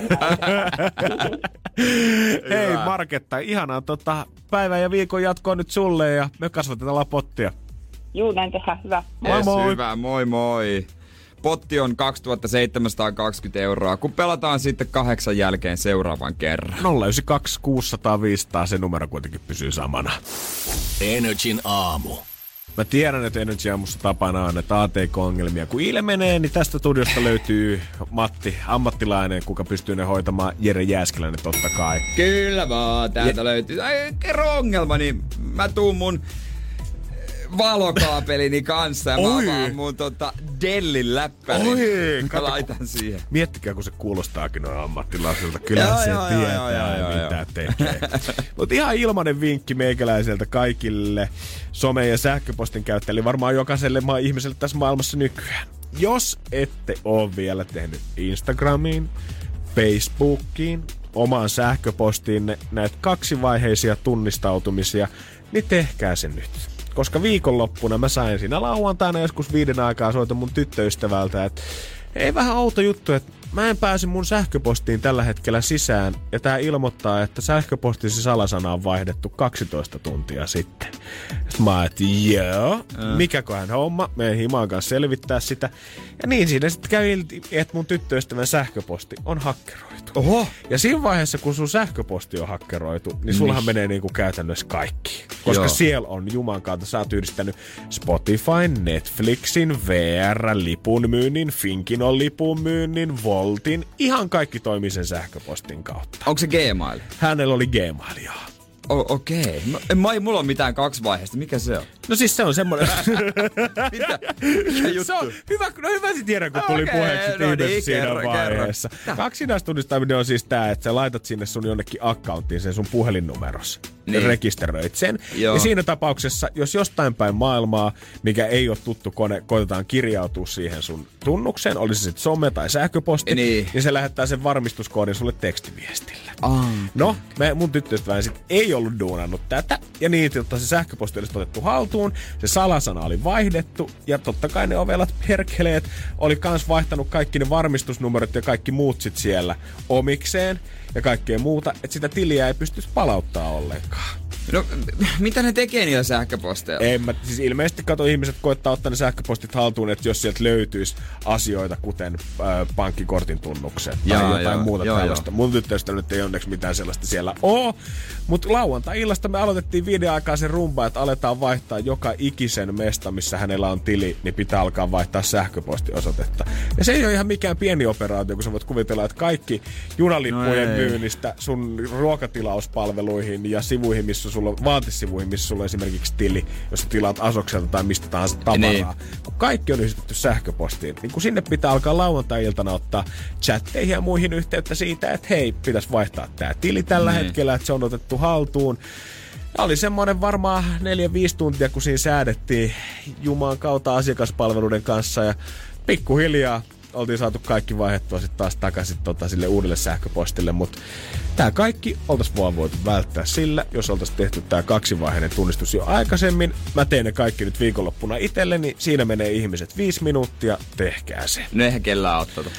Hei Marketta, ihanaa tota, päivän ja viikon jatkoa nyt sulle ja me kasvatetaan pottia. Juu, näin tehdään. Hyvä. Moi yes, moi. Hyvä, moi moi. Potti on kaksituhattaseitsemänsataakaksikymmentä euroa, kun pelataan sitten kahdeksan jälkeen seuraavan kerran. nolla yhdeksän kaksi kuusisataa viisisataa, se numero kuitenkin pysyy samana. Energin aamu. Mä tiedän, että Energy aamussa tapana on, että A T K-ongelmia kun ilmenee, niin tästä studiosta löytyy Matti, ammattilainen, kuka pystyy ne hoitamaan. Jere Jääskeläinen totta kai. Kyllä vaan, täältä Je- löytyy. Ai, kerro ongelma, niin mä tuun mun valokaapelini kanssa ja mä Oi. avaan mun tota Dellin läppärin. Oi, mä kato, laitan siihen. Miettikää, kun se kuulostaakin noin ammattilaiselta. Kyllähän Joo, se joo, tietää, joo, joo, joo, mitä joo. tekee. Mutta ihan ilmanen vinkki meikäläiseltä kaikille some- ja sähköpostin käyttäjille, varmaan jokaiselle maa ihmiselle tässä maailmassa nykyään. Jos ette ole vielä tehnyt Instagramiin, Facebookiin, omaan sähköpostiin näitä kaksivaiheisia tunnistautumisia, niin tehkää se nyt. Koska viikonloppuna mä sain siinä lauantaina joskus viiden aikaa soiton mun tyttöystävältä, että ei vähän outo juttu, että mä en pääse mun sähköpostiin tällä hetkellä sisään, ja tää ilmoittaa, että sähköpostisi salasana on vaihdettu kaksitoista tuntia sitten. Sitten mä että joo, äh. mikäköhän homma, meidän himaan kanssa selvittää sitä. Ja niin siinä sitten käy ilti, että mun tyttöystävän sähköposti on hakkeroitu. Oho. Ja siinä vaiheessa, kun sun sähköposti on hakkeroitu, niin sullahan niin. menee niinku käytännössä kaikki. Koska Joo. siellä on Juman kautta, sä oot yhdistänyt Spotifyn, Netflixin, V R-lipun myynnin, Finkinon lipun myynnin, Voltin. Ihan kaikki toimii sen sähköpostin kautta. Onko se Gmail? Hänellä oli Gmail, joo. O- Okei. Okay. Mä, ei mulla ole mitään kaksivaiheista. Mikä se on? No siis se on semmoinen... Mitä? Mikä juttu? Se on hyvä, no hyvä se tiedä, kun tuli okay, puheeksi no niin, siinä kerro, vaiheessa. Kaksinaistunnistaminen on siis tää, että sä laitat sinne sun jonnekin accounttiin sen sun puhelinnumerossa. Niin. Rekisteröit sen. Joo. Ja siinä tapauksessa, jos jostain päin maailmaa, mikä ei ole tuttu kone, koitetaan kirjautua siihen sun tunnukseen, olisi se sitten some tai sähköposti, niin. niin se lähettää sen varmistuskoodin sulle tekstiviestillä. Ah, no, me, mun tyttöystäväni sitten ei ollut duunannut tätä, ja niin, että se sähköposti olisi otettu haltuun, se salasana oli vaihdettu, ja totta kai ne ovelat perkeleet oli kans vaihtanut kaikki ne varmistusnumerot ja kaikki muut sit siellä omikseen, ja kaikkea muuta, että sitä tiliä ei pystyisi palauttaa ollenkaan. No, mitä ne tekee niillä sähköposteilla? En mä, siis ilmeisesti kato, ihmiset koittaa ottaa ne sähköpostit haltuun, että jos sieltä löytyisi asioita, kuten äh, pankkikortin tunnukset tai jaa, jotain joo, muuta joo, tällaista. Joo. Mun tyttöystä nyt ei onneksi mitään sellaista siellä oo. Mutta lauantai-illasta me aloitettiin viiden aikaa sen rumba, että aletaan vaihtaa joka ikisen mesta, missä hänellä on tili, niin pitää alkaa vaihtaa sähköpostiosoitetta. Ja se ei ole ihan mikään pieni operaatio, kun sä voit kuvitella, että kaikki junalippujen no myynnistä sun ruokatilauspalveluihin ja sivuihin, missä sulla on vaatisivuihin, missä sulla on esimerkiksi tili, jos sä tilaat Asokselta tai mistä tahansa tavaraa. Niin. Kun kaikki on yhdistetty sähköpostiin, niin kun sinne pitää alkaa lauantai-iltana ottaa chatteihin ja muihin yhteyttä siitä, että hei, pitäisi vaihtaa tää tili tällä niin. hetkellä, että se on otettu haltuun. Ja oli semmoinen varmaan neljä viisi tuntia, kun siinä säädettiin Juman kautta asiakaspalveluiden kanssa ja pikkuhiljaa oltiin saatu kaikki vaihdettua sitten taas takaisin tota, sille uudelle sähköpostille, mutta tämä kaikki oltaisiin vaan voitu välttää sillä, jos oltaisiin tehty tämä kaksivaiheinen tunnistus jo aikaisemmin. Mä teen ne kaikki nyt viikonloppuna itselleni, siinä menee ihmiset viisi minuuttia, tehkää se. No eihän kellään ottanut.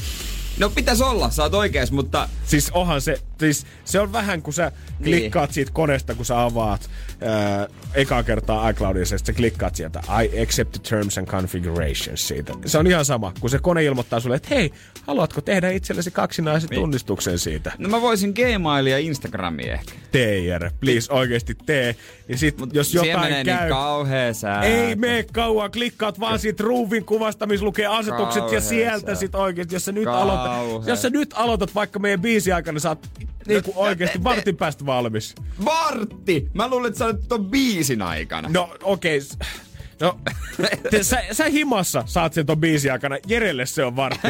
No pitäis olla, sä oot oikees, mutta... Siis onhan se, siis se on vähän kun sä klikkaat niin. siitä koneesta, kun sä avaat ää, ekaa kertaa iCloudissa, sä klikkaat sieltä I accept the terms and configurations siitä. Se on ihan sama, kun se kone ilmoittaa sulle, että hei, haluatko tehdä itsellesi kaksinaisen niin. tunnistuksen siitä? No mä voisin Gmailia ja Instagramia ehkä. Tee Jere, please oikeesti tee. Ja sit Mut jos jotain menee käy... niin kauhea säätö. Ei mene kauan, klikkaat vaan siitä ruuvin kuvasta, missä lukee asetukset kauhea ja sieltä sää. Sit oikeesti, jos sä nyt aloitat, jos sä nyt aloitat vaikka meidän biisin aikana, niin sä oot niinku oikeesti vartin päästä valmis. Vartti! Mä luulen, että sä olet ton biisin aikana. No okei. Okay. No, te, sä, sä himassa saat sen ton biisin aikana. Jerelle se on vartti.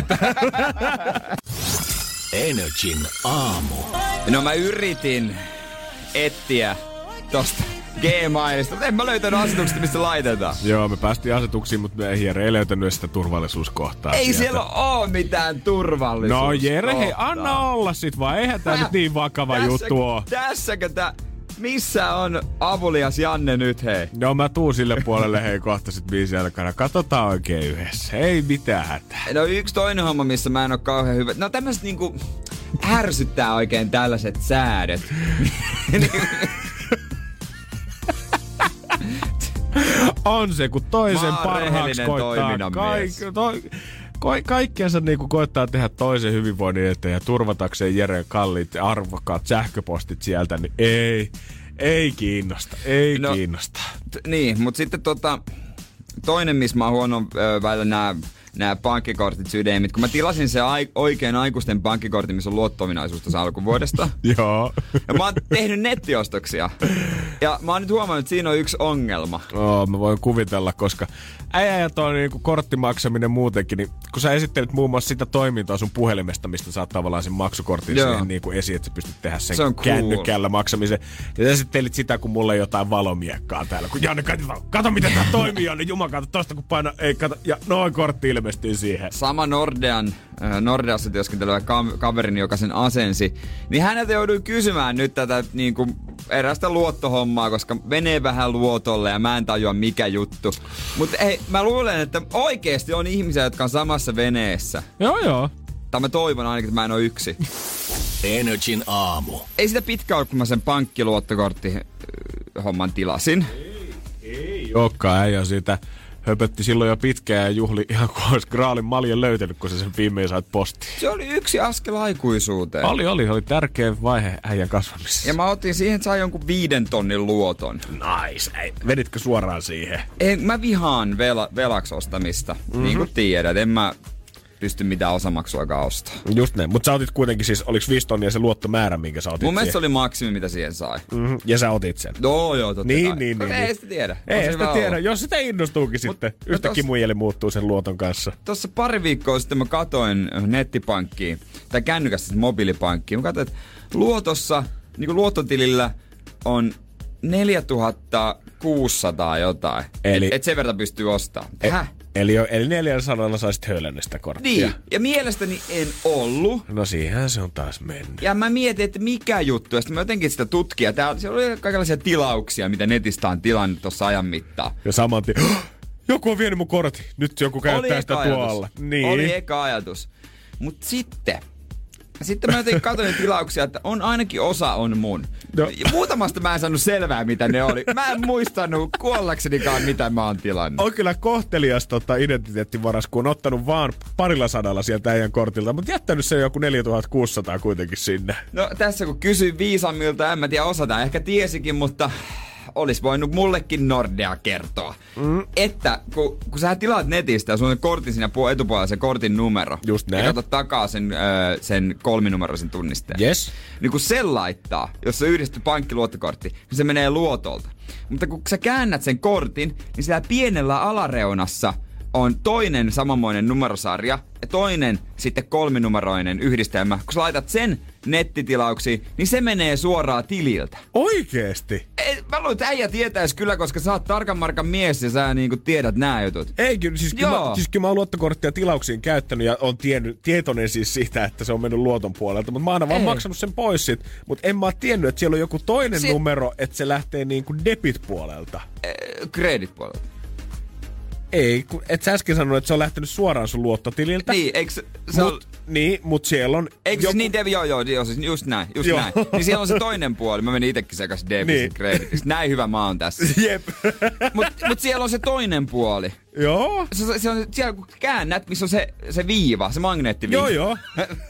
Energin aamu. No mä yritin etsiä tosta Gmailista, mutta en mä löytänyt asetukset, mistä laitetaan. Joo, me päästiin asetuksiin, mutta me Jere ei löytänyt sitä turvallisuuskohtaa. Ei sieltä. Siellä oo mitään turvallisuuskohtaa. No Jere, hei, anna olla sit vaan. Eihän tää nyt niin vakava tässä, juttu oo. Tässäkö tää... Missä on avulias Janne nyt, hei? No mä tuun sille puolelle, hei, kohta sit biisin aikana. Katsotaan oikein yhdessä. Ei mitään hätää. No yksi toinen homma, missä mä en oo kauhean hyvä. No tämmöset niinku ärsyttää oikein tällaiset säädöt. On se, kun toisen parhaaksi koittaa kaikki. Ka- kaikkiansa niinku koittaa tehdä toisen hyvinvoinnin eteen ja turvatakseen Jeren kalliit ja arvokkaat sähköpostit sieltä, niin ei, ei kiinnosta, ei no, kiinnosta. T- niin, mutta sitten tota, toinen, missä mä oon huono öö, välillä nää, nää pankkikortit sydämit, kun mä tilasin se ai- oikein aikuisten pankkikortin, missä on luotto-ominaisuus tuossa alkuvuodesta. Joo. Ja mä oon tehnyt nettiostoksia. Ja mä oon nyt huomannut, että siinä on yksi ongelma. Oo, mä voin kuvitella, koska äijä ja toi niinku korttimaksaminen muutenkin, niin kun sä esittelet muun muassa sitä toimintaa sun puhelimesta, mistä saat tavallaan sen maksukortin Joo. siihen niinku esiin, että sä pystyt tehdä sen se kännykällä cool. maksamisen. Ja sä esittelit sitä, kun mulla on jotain valomiekkaa täällä. Kun Janne, kato, kato miten tää toimii, Janne, juman kato, tosta kun paina, ei kato, ja noin kortti ilmestyy siihen. Sama Nordean, äh, Nordeassa työskentelevä kaverini, joka sen asensi, niin häneltä joudui kysymään nyt tätä niinku erästä luottohommaa, koska menee vähän luotolle ja mä en tajua mikä juttu. Mutta ei, mä luulen, että oikeesti on ihmisiä, jotka on samassa veneessä. Joo, joo. Tai mä toivon ainakin, että mä en oo yksi. Energin aamu. Ei sitä pitkä ole, kun mä sen pankkiluottokortti homman tilasin. Ei, ei olekaan, äijä siitä höpötti silloin jo pitkään ja juhli ihan kuin olisi graalin maljan löytänyt, kun se sen viimein sait postiin. Se oli yksi askel aikuisuuteen. Oli, oli. Oli tärkeä vaihe äijän kasvamisessa. Ja mä otin siihen, että saa jonkun viiden tonnin luoton. Nice. Ei, veditkö suoraan siihen? En, mä vihaan vela, velaksi ostamista, mm-hmm. niin kuin tiedät. En mä pysty mitään osamaksuakaan ostaa. Just näin. Mutta sä otit kuitenkin siis, oliks viisi tonnia se luottomäärä, minkä sä otit? Mun mielestä se oli maksimi, mitä siihen sai. Mm-hmm. Ja sä otit sen? No joo, totta niin, kai. Niin, niin, ei niin. sitä tiedä. Ei sitä tiedä. Olla. Jos sitä innostuukin Mut, sitten. No yhtäkkiä mun mieli muuttuu sen luoton kanssa. Tuossa pari viikkoa sitten mä katoin nettipankkiin, tai kännykästä siis mobiilipankkiin. Mä katsoin, että luotossa, niin luottotilillä on neljätuhattakuusisataa jotain. Eli, et, et sen verran pystyy ostamaan. E- Häh? Eli, eli neljäsataa saisit höylännyt sitä korttia. Niin, ja mielestäni en ollut. No siihen se on taas mennyt. Ja mä mietin, että mikä juttu, ja sitten mä jotenkin sitä tutkia. Täällä siellä oli kaikenlaisia tilauksia, mitä netistä on tilannut tuossa ajan mittaan. Ja saman tien, joku on vienyt mun kortin, nyt joku käyttää sitä tuolla. Niin. Oli eka ajatus. Mut sitten... Sitten mä jotenkin katsoin tilauksia, että on ainakin osa on mun. No. Muutamasta mä en saanut selvää, mitä ne oli. Mä en muistanut kuollaksenikaan, mitä mä oon tilannut. On kyllä kohtelias tota, identiteettivaras, kun on ottanut vaan parilla sadalla sieltä äijän kortilta, mutta jättänyt sen joku neljätuhattakuusisataa kuitenkin sinne. No tässä kun kysyin viisammilta, en mä tiedä osata, ehkä tiesikin, mutta... Olis voinut mullekin Nordea kertoa, mm. että kun, kun sä tilaat netistä ja sun on kortin siinä etupuolella se kortin numero. Just näin. Ja katsot takaa sen, öö, sen kolminumeroisen tunnisteen. Yes. Niin kun sen laittaa, jos se on yhdistetty pankkiluottokortti, niin se menee luotolta. Mutta kun sä käännät sen kortin, niin siellä pienellä alareunassa on toinen samanmoinen numerosarja ja toinen sitten kolminumeroinen yhdistelmä. Kun sä laitat sen nettitilauksiin, niin se menee suoraan tililtä. Oikeesti? Ei, mä luulen, että äijä tietäis kyllä, koska sä oot tarkan markan mies ja sä niinku tiedät nää jutut. Ei kyllä, siis kyllä mä, siis kyllä mä oon luottokorttia tilauksiin käyttänyt ja on tiennyt, tietoinen siis siitä, että se on mennyt luoton puolelta. Mutta mä oon vaan maksanut sen pois sit. Mutta en mä oo tiennyt, että siellä on joku toinen si- numero, että se lähtee niinku debit-puolelta. Credit-puolelta. Ei, kun et sä äsken sanonut, että se on lähtenyt suoraan sun luottotililtä. Niin, eikö se, se mut, on... Niin, mut siellä on... Eikö joku... se niin, Devi, joo, joo, joo, siis just näin, just joo. näin. Niin siellä on se toinen puoli, mä menin itekin sekas debitin niin. Kreditistä. Näin hyvä mä oon tässä. Jep. Mut, mut siellä on se toinen puoli. Joo. Se, se on siellä kun käännät, missä on se, se viiva, se magneettiviiva. Joo, joo.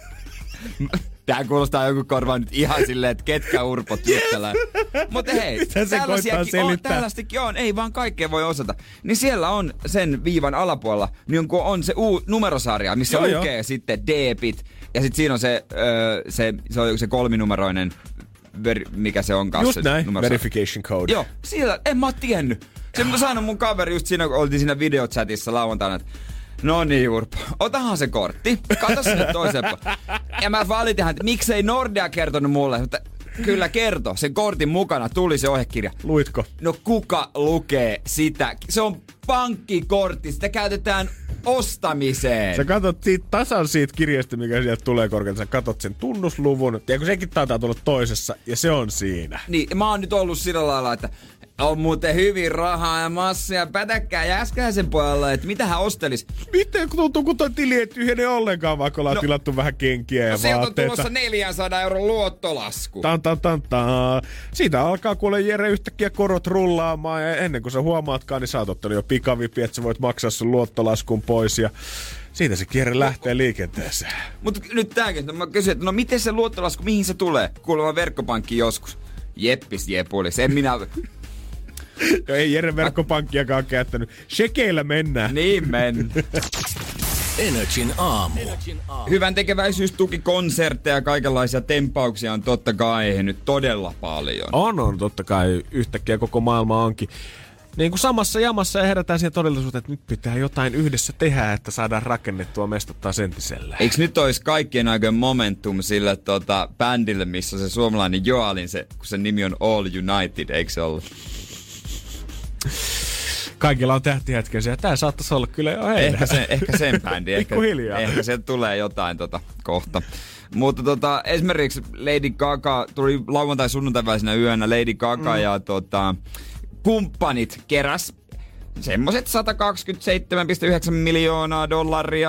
Tää kuulostaa joku korvaan nyt ihan silleen, että ketkä urpot juttelee. Mutta hei, tällaisiakin on, tällaistakin on, ei vaan kaikkea voi osata. Niin siellä on sen viivan alapuolella, niin kun on se uu, numerosarja, missä joo, lukee jo. Sitten debit. Ja sitten siinä on se, öö, se, se, on se kolminumeroinen, ver, mikä se onkaan. Just se näin, verification code. Joo, siellä, en mä oo tiennyt. Se mä saanut mun kaveri just siinä, kun oltiin siinä videochatissa lauantaina, että no niin, Urpo. Otahan se kortti. Kato sinne toiseen puolelle. Ja mä valitin hän, että miksei Nordea kertonut mulle. Mutta kyllä kerto. Sen kortin mukana tuli se ohjekirja. Luitko? No kuka lukee sitä? Se on pankkikortti. Sitä käytetään ostamiseen. Sä katot siitä tasan siitä kirjasta, mikä sieltä tulee korkealta. Sä katot sen tunnusluvun. Ja kun sekin taitaa tulla toisessa. Ja se on siinä. Niin, mä oon nyt ollut sillä lailla, että on muuten hyvin rahaa ja massia ja pätäkkää Jääskeläisen puolella, että mitä hän ostelis. Miten tuntuu, kun toi tili ei tyhjene ollenkaan, vaikka ollaan no, tilattu vähän kenkiä ja no, vaatteita. Sieltä on tulossa neljänsadan euron luottolasku. Tan, tan, tan, tan. Siitä alkaa kuule Jere yhtäkkiä korot rullaamaan ja ennen kuin sä huomaatkaan, niin sä oot ottanut jo pikavipi, että sä voit maksaa sun luottolaskun pois ja siitä se kierre lähtee liikenteeseen. Mutta nyt tääkin, mä kysyn, että no miten se luottolasku, mihin se tulee? Kuulemma verkkopankki joskus. Jeppis jepulis, en minä... No ei Jere verkkopankkiakaan käyttänyt. Shekeillä mennään. Niin mennään. Energin aamu. Hyvän tekeväisyystukikonsertteja ja kaikenlaisia tempauksia on totta kai nyt todella paljon. On, on totta kai. Yhtäkkiä koko maailma onkin niin kuin samassa jamassa ja herätään siihen todellisuuteen, että nyt pitää jotain yhdessä tehdä, että saadaan rakennettua mestot taas entisellä. Eikö nyt olisi kaikkien aikojen momentum sille tota, bändille, missä se suomalainen Joalin, se, kun sen nimi on All United, eikö se ollut? Kaikilla on tähtihetkensä ja tää saattaisi olla kyllä jo heidän. Ehkä, se, ehkä sen bändi. ehkä, ehkä sieltä tulee jotain tota, kohta. Mutta tota, esimerkiksi Lady Gaga, tuli lauantai-sunnuntai välisenä yönä Lady Gaga mm. ja tota, kumppanit keräs semmoset sata kaksikymmentäseitsemän pilkku yhdeksän miljoonaa dollaria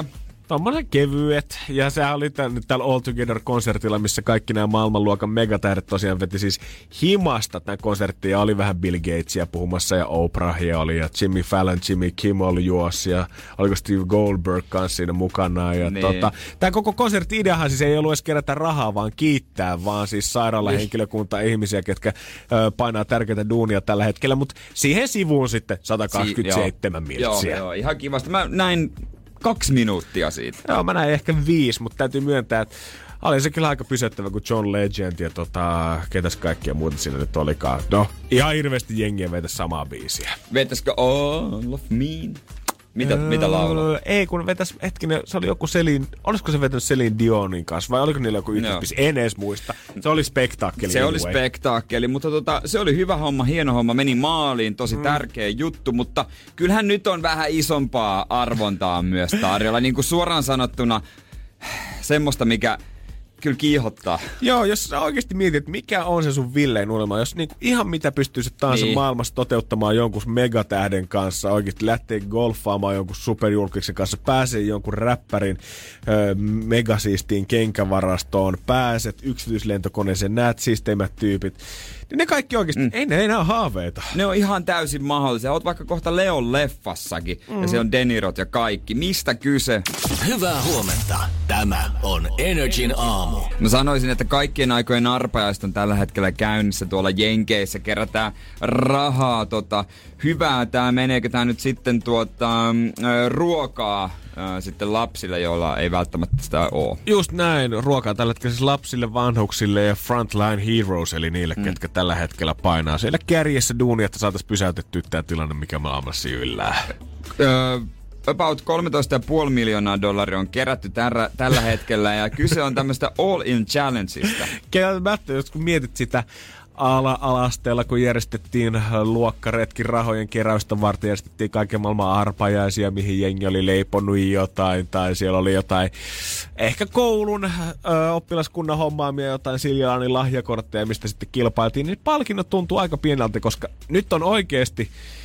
tommonen kevyet. Ja sehän oli tän, nyt täällä All Together-konsertilla, missä kaikki nämä maailmanluokan megatähdet tosiaan veti siis himasta tämän konserttiin. Ja oli vähän Bill Gatesia puhumassa ja Oprahia oli ja Jimmy Fallon, Jimmy Kimmel juosi ja oliko Steve Goldberg kanssa siinä mukana. Ja niin. tota, tämä koko konsertti-ideahan siis ei ollut edes kerätä rahaa, vaan kiittää, vaan siis sairaalahenkilökunta ihmisiä, ketkä ö, painaa tärkeitä duunia tällä hetkellä. Mutta siihen sivuun sitten sata kaksikymmentäseitsemän si- joo, miltsiä. Joo, joo, ihan kivasti. Mä näin kaksi minuuttia siitä. Joo, mä näin ehkä viisi, mutta täytyy myöntää, että oli se kyllä aika pysäyttävä kuin John Legend ja tota, ketäs kaikkia muuta siinä nyt olikaan. No, ihan hirveästi jengiä vetä samaa biisiä. Vetäisikö All of Me? Mitä, öö, mitä laulaa? Ei, kun vetäis, hetkinen, se oli joku Celine, olisiko se vetänyt Celine Dionin kanssa, vai oliko niillä joku yhteispis? En edes muista. Se oli spektaakkeli. Se oli spektaakkeli, mutta tota, se oli hyvä homma, hieno homma, meni maaliin, tosi mm. tärkeä juttu, mutta kyllähän nyt on vähän isompaa arvontaa myös tarjolla. Niin kuin suoraan sanottuna, semmoista, mikä kyllä kiihottaa. Joo, jos sä oikeesti mietit, että mikä on se sun villein unelma, jos niinku ihan mitä pystyy se tahansa niin. maailmassa toteuttamaan jonkun megatähden kanssa, oikeesti lähtee golfaamaan jonkun superjulkiksen kanssa, pääsee jonkun räppärin ö, megasiistiin kenkävarastoon, pääset yksityislentokoneeseen, näet siisteimmät tyypit, niin ne kaikki oikeesti, mm. ei ne enää haaveita. Ne on ihan täysin mahdollisia. Oot vaikka kohta Leon leffassakin, mm. ja se on Denirot ja kaikki. Mistä kyse? Hyvää huomenta. Tämä on Energin aamu. Mä sanoisin, että kaikkien aikojen arpajaiset on tällä hetkellä käynnissä tuolla Jenkeissä. Kerätään rahaa. Tota, hyvää tää meneekö tää nyt sitten tuota, äh, ruokaa äh, sitten lapsille, joilla ei välttämättä sitä oo. Just näin. Ruokaa tällä hetkellä siis lapsille, vanhuksille ja frontline heroes, eli niille, mm. ketkä tällä hetkellä painaa siellä kärjessä duunia, että saataisiin pysäytettyä tää tilanne, mikä maailmassa yllää. Öö, about kolmetoista pilkku viisi miljoonaa dollaria on kerätty tärä, tällä hetkellä ja kyse on tämmöistä all-in challengeista. Kieltämättä, jos kun mietit sitä ala-alasteella, kun järjestettiin luokkaretkin rahojen keräystä varten, järjestettiin kaiken maailman arpajaisia, mihin jengi oli leiponut jotain, tai siellä oli jotain, ehkä koulun ö, oppilaskunnan hommaamia jotain Siljalanin lahjakortteja, mistä sitten kilpailtiin, niin palkinnot tuntuu aika pieneltä, koska nyt on oikeasti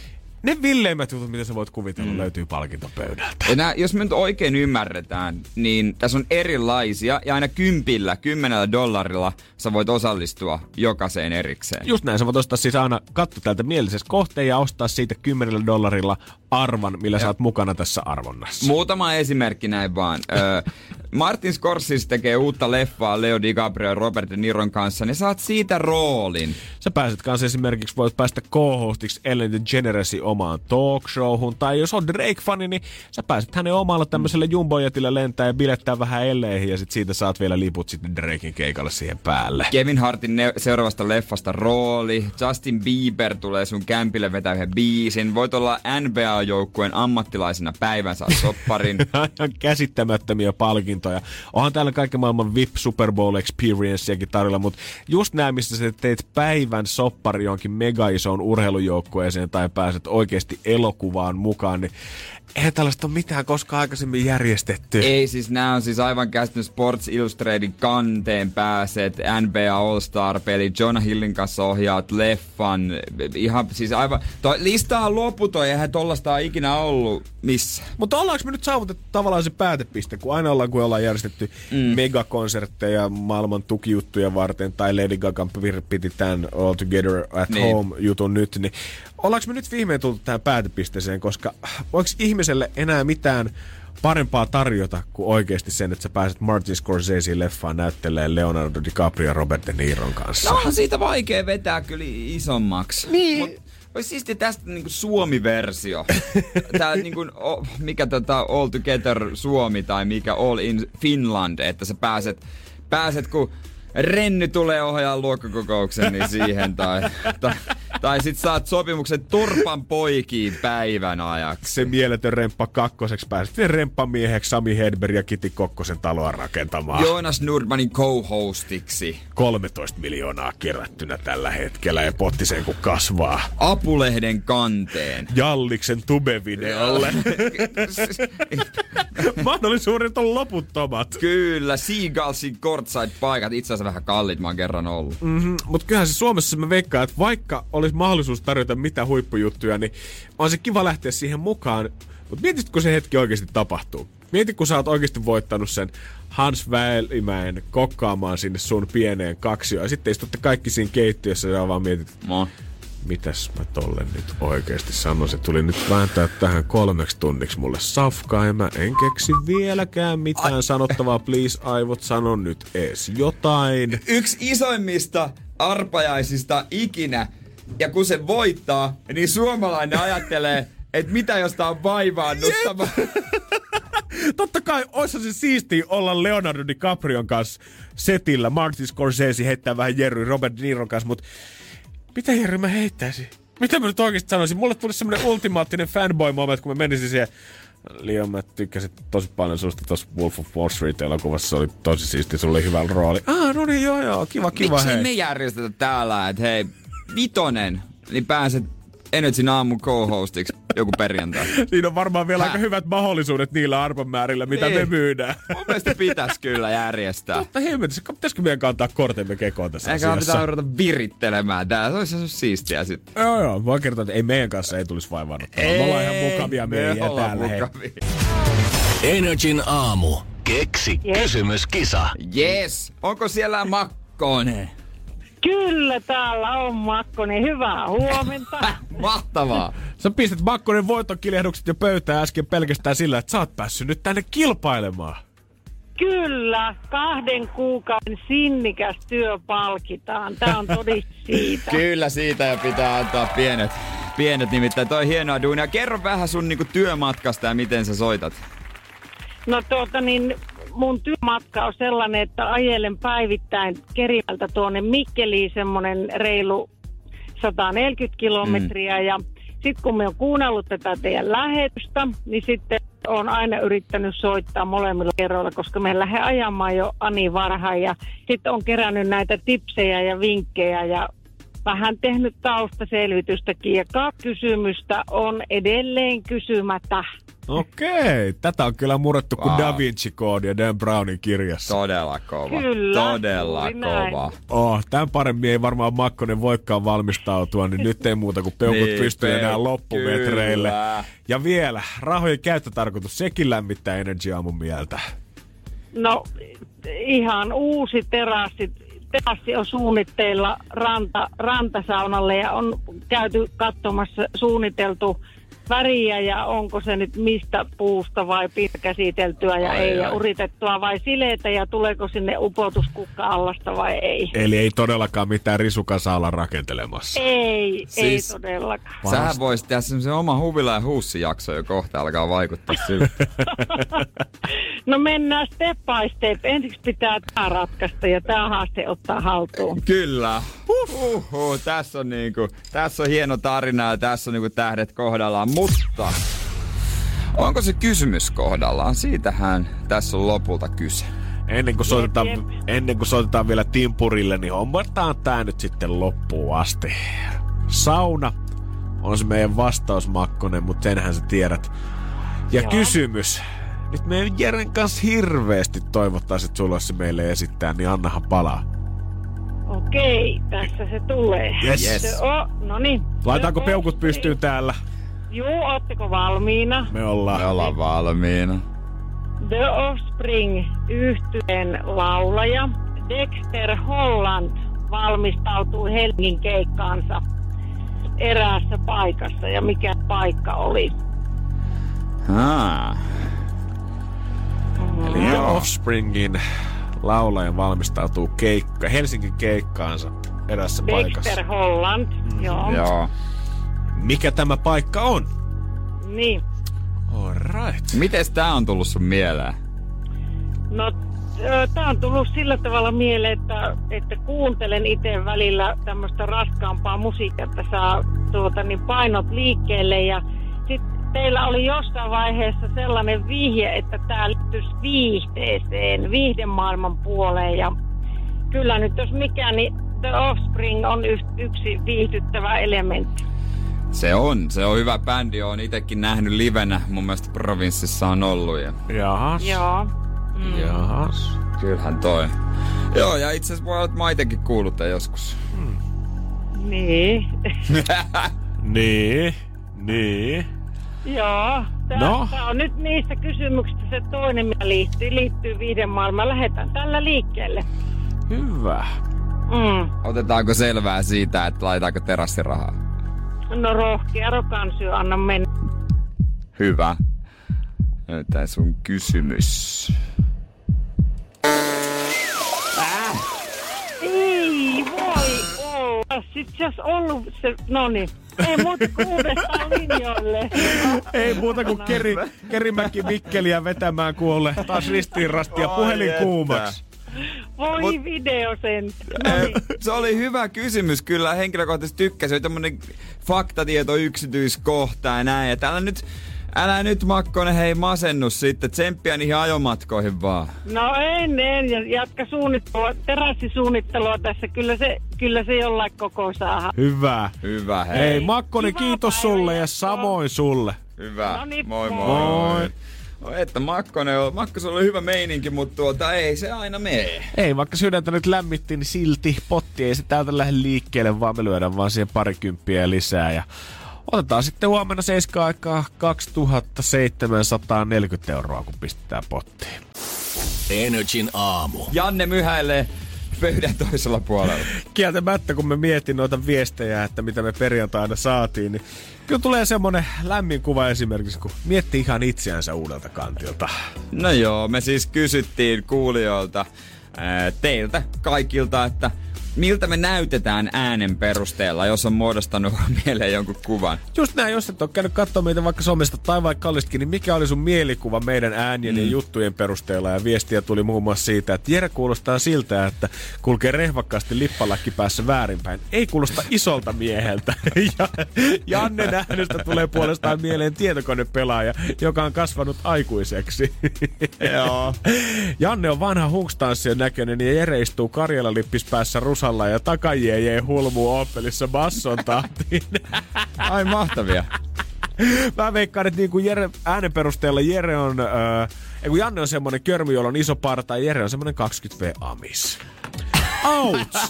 ne villeimmät jutut, mitä sä voit kuvitella, mm. löytyy palkintopöydältä. Ja nää, jos me nyt oikein ymmärretään, niin tässä on erilaisia ja aina kympillä, kymmenellä dollarilla sä voit osallistua jokaiseen erikseen. Just näin, sä voit ostaa siis aina katto täältä mielisessä kohteen ja ostaa siitä kymmenellä dollarilla arvan, millä ja. sä oot mukana tässä arvonnassa. Muutama esimerkki näin vaan. Ö, Martin Scorsese tekee uutta leffaa Leo DiCaprio ja Robert De Niron kanssa, niin saat siitä roolin. Sä pääset kanssa esimerkiksi, voit päästä co-hostiksi Ellen DeGeneresin omaan talkshowhun, tai jos on Drake-fani, niin sä pääset hänen omalla tämmöiselle jumbojetille lentää ja bilettää vähän elleihin, ja sit siitä saat vielä liput sitten Draken keikalle siihen päälle. Kevin Hartin ne- seuraavasta leffasta rooli, Justin Bieber tulee sun kämpille vetää yhden biisin, voit olla N B A-joukkueen ammattilaisena päivän saa sopparin. Ihan käsittämättömiä palkintoja. Onhan täällä kaiken maailman V I P Super Bowl Experienceäkin tarjolla, mutta just nää, missä sä teet päivän soppari johonkin mega isoon urheilujoukkueeseen tai pääset oikeasti elokuvaan mukaan, niin eihän tällaista ole mitään koskaan aikaisemmin järjestetty. Ei siis, nää on siis aivan käsittänyt Sports Illustratedin kanteen pääset, N B A All-Star-peli, Jonah Hillin kanssa ohjaat leffan, ihan siis aivan, toi lista on loputon, eihän tollasta ole ikinä ollut missä. Mutta ollaanko me nyt saavutettu tavallaan se päätepiste, kun aina ollaan, kun ollaan järjestetty mm. megakonsertteja maailman tukijuttuja varten, tai Lady Gaga piti tämän All Together at niin. Home jutun nyt, niin ollaanko me nyt viimein tultu tähän päätepisteeseen, koska voiko ihmiselle enää mitään parempaa tarjota kuin oikeasti sen, että sä pääset Martin Scorsesein leffaan näyttelemään Leonardo DiCaprio ja Robert De Niron kanssa? No on siitä vaikea vetää kyllä isommaksi. Niin. Mut olisi siistiä tästä niinku Suomi-versio. Tää niinku, mikä tätä All Together Suomi tai mikä All in Finland, että sä pääset, pääset kun Renny tulee ohjaa luokkakokouksen, niin siihen tai, tai, tai sit saat sopimuksen Turpan poikiin päivän ajaksi. Se mieletön remppa kakkoseksi pääset remppamieheksi Sami Hedberg ja Kiti Kokkosen taloa rakentamaan. Joonas Nordmanin co-hostiksi. kolmetoista miljoonaa kerättynä tällä hetkellä ja potti sen kun kasvaa. Apulehden kanteen. Jalliksen tubevideolle. Mahdollisuudet on loputtomat. Kyllä, Seagullsin courtside-paikat itse asiassa vähän kalliit, mä oon kerran ollut. Mm-hmm, mutta kyllähän se Suomessa mä veikkaan, että vaikka olisi mahdollisuus tarjota mitä huippujuttuja, niin on se kiva lähteä siihen mukaan. Mutta mietitkö, kun se hetki oikeasti tapahtuu? Mieti, kun sä oot oikeasti voittanut sen Hans Välimäen kokkaamaan sinne sun pieneen kaksioon. Ja sitten istutte kaikki siinä keittiössä ja vaan mietit, Mo. mitäs mä tolle nyt oikeasti sanoisin. Tuli nyt vääntää tähän kolmeksi tunniksi mulle safkaa ja mä en keksi vieläkään mitään Ai. sanottavaa. Please, aivot, sano nyt ees jotain. Yksi isoimmista arpajaisista ikinä. Ja kun se voittaa, niin suomalainen ajattelee, että mitä jos tää on vaivaannuttava. Totta kai olisi se siistiä olla Leonardo DiCaprion kanssa setillä. Martin Scorsese heittää vähän Jerry Robert De Niron kanssa, mutta mitä Jerry mä heittäisin? Mitä mä nyt oikeasti sanoisin? Mulle tuli semmonen ultimaattinen fanboy-moment, kun mä menisin siihen. Liam, mä tykkäsin tosi paljon susta tossa Wolf of Wall Street-elokuvassa. Se oli tosi siistiä, sulla oli hyvä rooli. Ah, no niin, joo, joo, kiva, kiva, Miksi hei. me järjestetään täällä, että hei, vitonen, niin pääset Energyn aamun co-hostiksi joku perjantai. Siinä on varmaan vielä Hä? aika hyvät mahdollisuudet niillä arpamäärillä, mitä Niin. me myydään. Mun mielestä pitäisi kyllä järjestää. Totta hemmetissä, pitäisikö meidän kantaa kortemme kekoon tässä Eikä asiassa? pitää ruveta virittelemään tää. Se olisi siistiä sitten. Joo, joo. Voin kertoa, että ei meidän kanssa ei tulisi vaivaannuttamaan. Me ollaan ihan mukavia miehiä täällä. Hei. Energin aamu. Keksi Yes. kysymyskisa. Yes. Onko siellä Makkonen? Kyllä, täällä on Makkonen. Hyvää huomenta. Mahtavaa. Sä pistät Makkonen voittokiljahdukset jo pöytään äsken pelkästään sillä, että sä oot päässyt nyt tänne kilpailemaan. Kyllä, kahden kuukauden sinnikäs työ palkitaan. Tää on todiste siitä. Kyllä siitä ja pitää antaa pienet, pienet nimittäin. Toi hienoa duunia. Kerro vähän sun niinku työmatkasta ja miten sä soitat. No tuota niin, mun työmatka on sellainen, että ajelen päivittäin Kerimältä tuonne Mikkeliin semmonen reilu sata neljäkymmentä kilometriä. Mm. Ja sit kun me on kuunnellut tätä teidän lähetystä, niin sitten on aina yrittänyt soittaa molemmilla kerroilla, koska me lähden ajamaan jo Ani varhain. Ja sitten on kerännyt näitä tipsejä ja vinkkejä ja vähän tehnyt taustaselvitystäkin. Ja kaksi kysymystä on edelleen kysymättä. Okei, tätä on kyllä murrettu kuin Wow. Da Vinci-koodi ja Dan Brownin kirjassa. Todella kova. Kyllä, Todella juuri näin. kova. Oh, tämän paremmin ei varmaan Makkonen voikaan valmistautua, niin nyt ei muuta kuin peukut Niin, pystyy enää peuk- loppumetreille. kyllä. Ja vielä, rahojen käyttötarkoitus, sekin lämmittää Energy aamun mieltä. No ihan uusi terassi. Terassi on suunnitteilla ranta, rantasaunalle ja on käyty katsomassa suunniteltu väriä ja onko se nyt mistä puusta vai pitkäkäsiteltyä ja Ai, ei ai. ja uritettua vai sileitä ja tuleeko sinne upotuskukka-allasta vai ei. Eli ei todellakaan mitään risukansaa olla rakentelemassa. Ei, Siis- ei todellakaan. Sähän voisit tehdä semmoisen oma huvila- ja huussi-jakso jo kohta alkaa vaikuttaa siltä. No mennään step by step. Ensiksi pitää tämä ratkaista ja tämä haaste ottaa haltuun. Kyllä. Uhuhu, tässä on niinku, tässä on hieno tarina ja tässä on niinku tähdet kohdallaan, mutta onko se kysymys kohdallaan? Siitähän tässä on lopulta kyse. Ennen kuin, soitetaan, jep. ennen kuin soitetaan vielä timpurille, niin hommataan tää nyt sitten loppuun asti. Sauna on se meidän vastaus, Makkonen, mutta senhän sä tiedät. Ja Joo. kysymys. Nyt meidän Jeren kanssa hirveästi toivottaisiin, että sulla olisi se meille esittää, niin annahan palaa. Okei, tässä se tulee. Yes. Yes. Se on, no niin. Laitaanko Se peukut on- pystyyn täällä? Juu, ootteko valmiina? Me ollaan. Me ollaan valmiina. The Offspring -yhtyeen laulaja Dexter Holland valmistautuu Helsingin keikkaansa eräässä paikassa. Ja mikä paikka oli? Ah. Eli The Offspringin laulaja valmistautuu keikka, Helsingin keikkaansa erässä paikassa. Dexter Holland, mm, joo. Joo. Mikä tämä paikka on? Niin. All right. Mites tää on tullut sun mieleen? No, tämä on tullut sillä tavalla mieleen, että, että kuuntelen itse välillä tämmöistä raskaampaa musiikkia, että saa tuota, niin painot liikkeelle. Ja sitten teillä oli jossain vaiheessa sellainen vihje, että tämä liittyisi viihteeseen, viihdemaailman puoleen. Ja kyllä nyt jos mikä, niin The Offspring on y- yksi viihdyttävä elementti. Se on, se on hyvä bändi. Oon itekin nähnyt livenä. Mun mielestä Provinssissa on ollut. Ja Jahas. Joo. Mm. Jahas. kyllähän toi. Joo, ja itse asiassa voi olla, että mä itekin kuullut tän joskus. Niin. Niin, niin. Joo. Tää, No? tää on nyt niistä kysymyksistä se toinen, mikä liittyy, liittyy viiden maailmaan. Lähdetään tällä liikkeelle. Hyvä. Mm. Otetaanko selvää siitä, että laitaanko terassirahaa? No rohkea rokansy, anna mennä. Hyvä. Näytään sun kysymys. Äh. Ei voi olla. Sitten se olisi ollut se, noniin. Ei muuta kuin uudestaan linjoille. Ei muuta kuin Keri, Kerimäki Mikkeliä vetämään kuolle. Taas ristiinrasti ja puhelin kuumaksi. Voi Mut- video sen. Eh, se oli hyvä kysymys kyllä. Henkilökohtaisesti tykkäsin. Se oli tämmönen faktatieto yksityiskohta ja näin. Ja täällä nyt, älä nyt Makkonen hei masennu sitten. Tsemppiä niihin ajomatkoihin vaan. No en, en. Ja jatka suunnittelua, terassisuunnittelua tässä. Kyllä se, kyllä se jollain koko saa. Hyvä. Hyvä hei. Hei Makkonen, Kiva kiitos päivä sulle ja jatkoa. samoin sulle. Hyvä. No niin, moi moi. moi. moi. Että Makkonen on, Makkosen oli hyvä meininki, mutta tuota ei se aina mee. Ei, vaikka sydäntä nyt lämmitti, niin silti potti ei se täältä lähde liikkeelle, vaan me lyödään vaan siihen parikymppiä lisää. Ja otetaan sitten huomenna seiskan aikaa kaksituhattaseitsemänsataaneljäkymmentä euroa, kun pistetään pottiin. Energin aamu. Janne myhäilee pöydän toisella puolella. Kieltämättä, kun me mietin noita viestejä, että mitä me perjantaina saatiin, niin kyllä tulee semmonen lämmin kuva esimerkiksi, kun miettii ihan itseänsä uudelta kantilta. No joo, me siis kysyttiin kuulijoilta, ää, teiltä kaikilta, että miltä me näytetään äänen perusteella, jos on muodostanut mieleen jonkun kuvan. Just näin, jos et ole käynyt katsomaan meitä vaikka somesta tai vaikka Kallistakin, niin mikä oli sun mielikuva meidän äänien mm. ja juttujen perusteella? Ja viestiä tuli muun muassa siitä, että Jere kuulostaa siltä, että kulkee rehvakkaasti lippalakki päässä väärinpäin. Ei kuulosta isolta mieheltä. Ja Jannen äänestä tulee puolestaan mieleen tietokonepelaaja, joka on kasvanut aikuiseksi. Joo. Janne on vanha hunkstanssien näköinen ja Jere istuu Karjala-lippis päässä rusalla ja takajeejee hulmuu Opelissa basson tahtiin. Ai mahtavia. Mä veikkaan, että niin kuin Jere, äänen perusteella Jere on, äh, kun Janne on semmonen körmy, jolla on iso parta, ja Jere on semmonen kaksikymmentä vuotias amis. Ouch!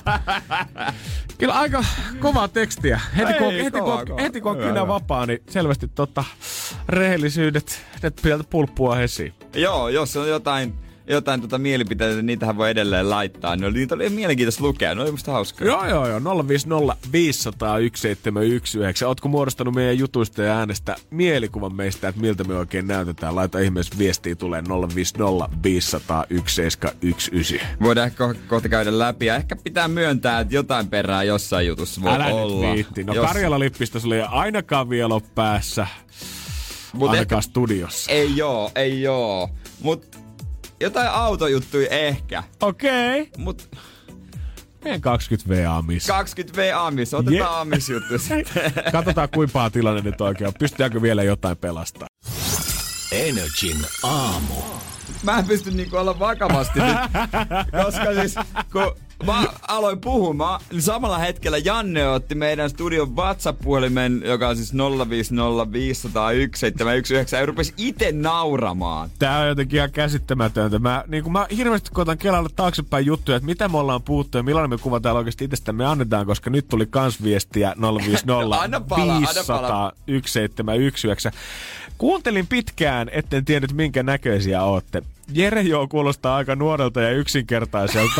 Kyllä aika kovaa tekstiä. Heti kun, Ei, heti, kova, kun, kova. heti kun on Hyvä, kynä hyvä. vapaa, niin selvästi tota, rehellisyydet, ne sieltä pulppua esiin. Joo, jos on jotain, jotain tota mielipiteitä, niin niitähän voi edelleen laittaa. Ne oli, niitä oli mielenkiintoista lukea, ne oli musta hauskaa. Joo, joo, joo. nolla viisi nolla viisi nolla nolla yksi seitsemän yksi yhdeksän. Ootko muodostanut meidän jutuista ja äänestä mielikuvan meistä, että miltä me oikein näytetään? Laita ihmeessä viestiä tulee nolla viisi nolla viisi nolla nolla yksi seitsemän yksi yhdeksän. Voidaan ehkä kohta käydä läpi ja ehkä pitää myöntää, että jotain perää jossain jutussa voi Älä olla. nyt viitti. No Jos- Karjala-lippistä sulla ei ainakaan vielä ole päässä. Mut Ainakaan ehkä- studiossa. Ei joo, ei joo. Mut jotain autojuttuja ehkä. Okei. Okay. Mut Meidän kaksikymmentä vuotias amis. kaksikymmentä vuotias Amis, otetaan Je- yeah. Amis-juttu sitten. Katsotaan kuinka paha tilanne nyt oikein on. Pystytäänkö vielä jotain pelastaa? Energin aamu. Mä en pysty niinku olla vakavasti nyt, koska siis kun mä aloin puhumaan, niin samalla hetkellä Janne otti meidän studion WhatsApp-puhelimen, joka on siis nolla viisi nolla viisi nolla yksi seitsemän yksi yhdeksän, ja rupesi itse nauramaan. Tää on jotenkin ihan käsittämätöntä. Mä, niin kun mä hirveästi koitan kelailla taaksepäin juttuja, että mitä me ollaan puhuttu ja millainen me kuva täällä oikeasti itsestämme annetaan, koska nyt tuli kans viestiä nolla viisi nolla Anna palaa, anna viisi nolla nolla yksi seitsemän yksi yhdeksän. Kuuntelin pitkään, etten tiennyt minkä näköisiä ootte. Jere joo kuulostaa aika nuorelta ja yksinkertaiselta.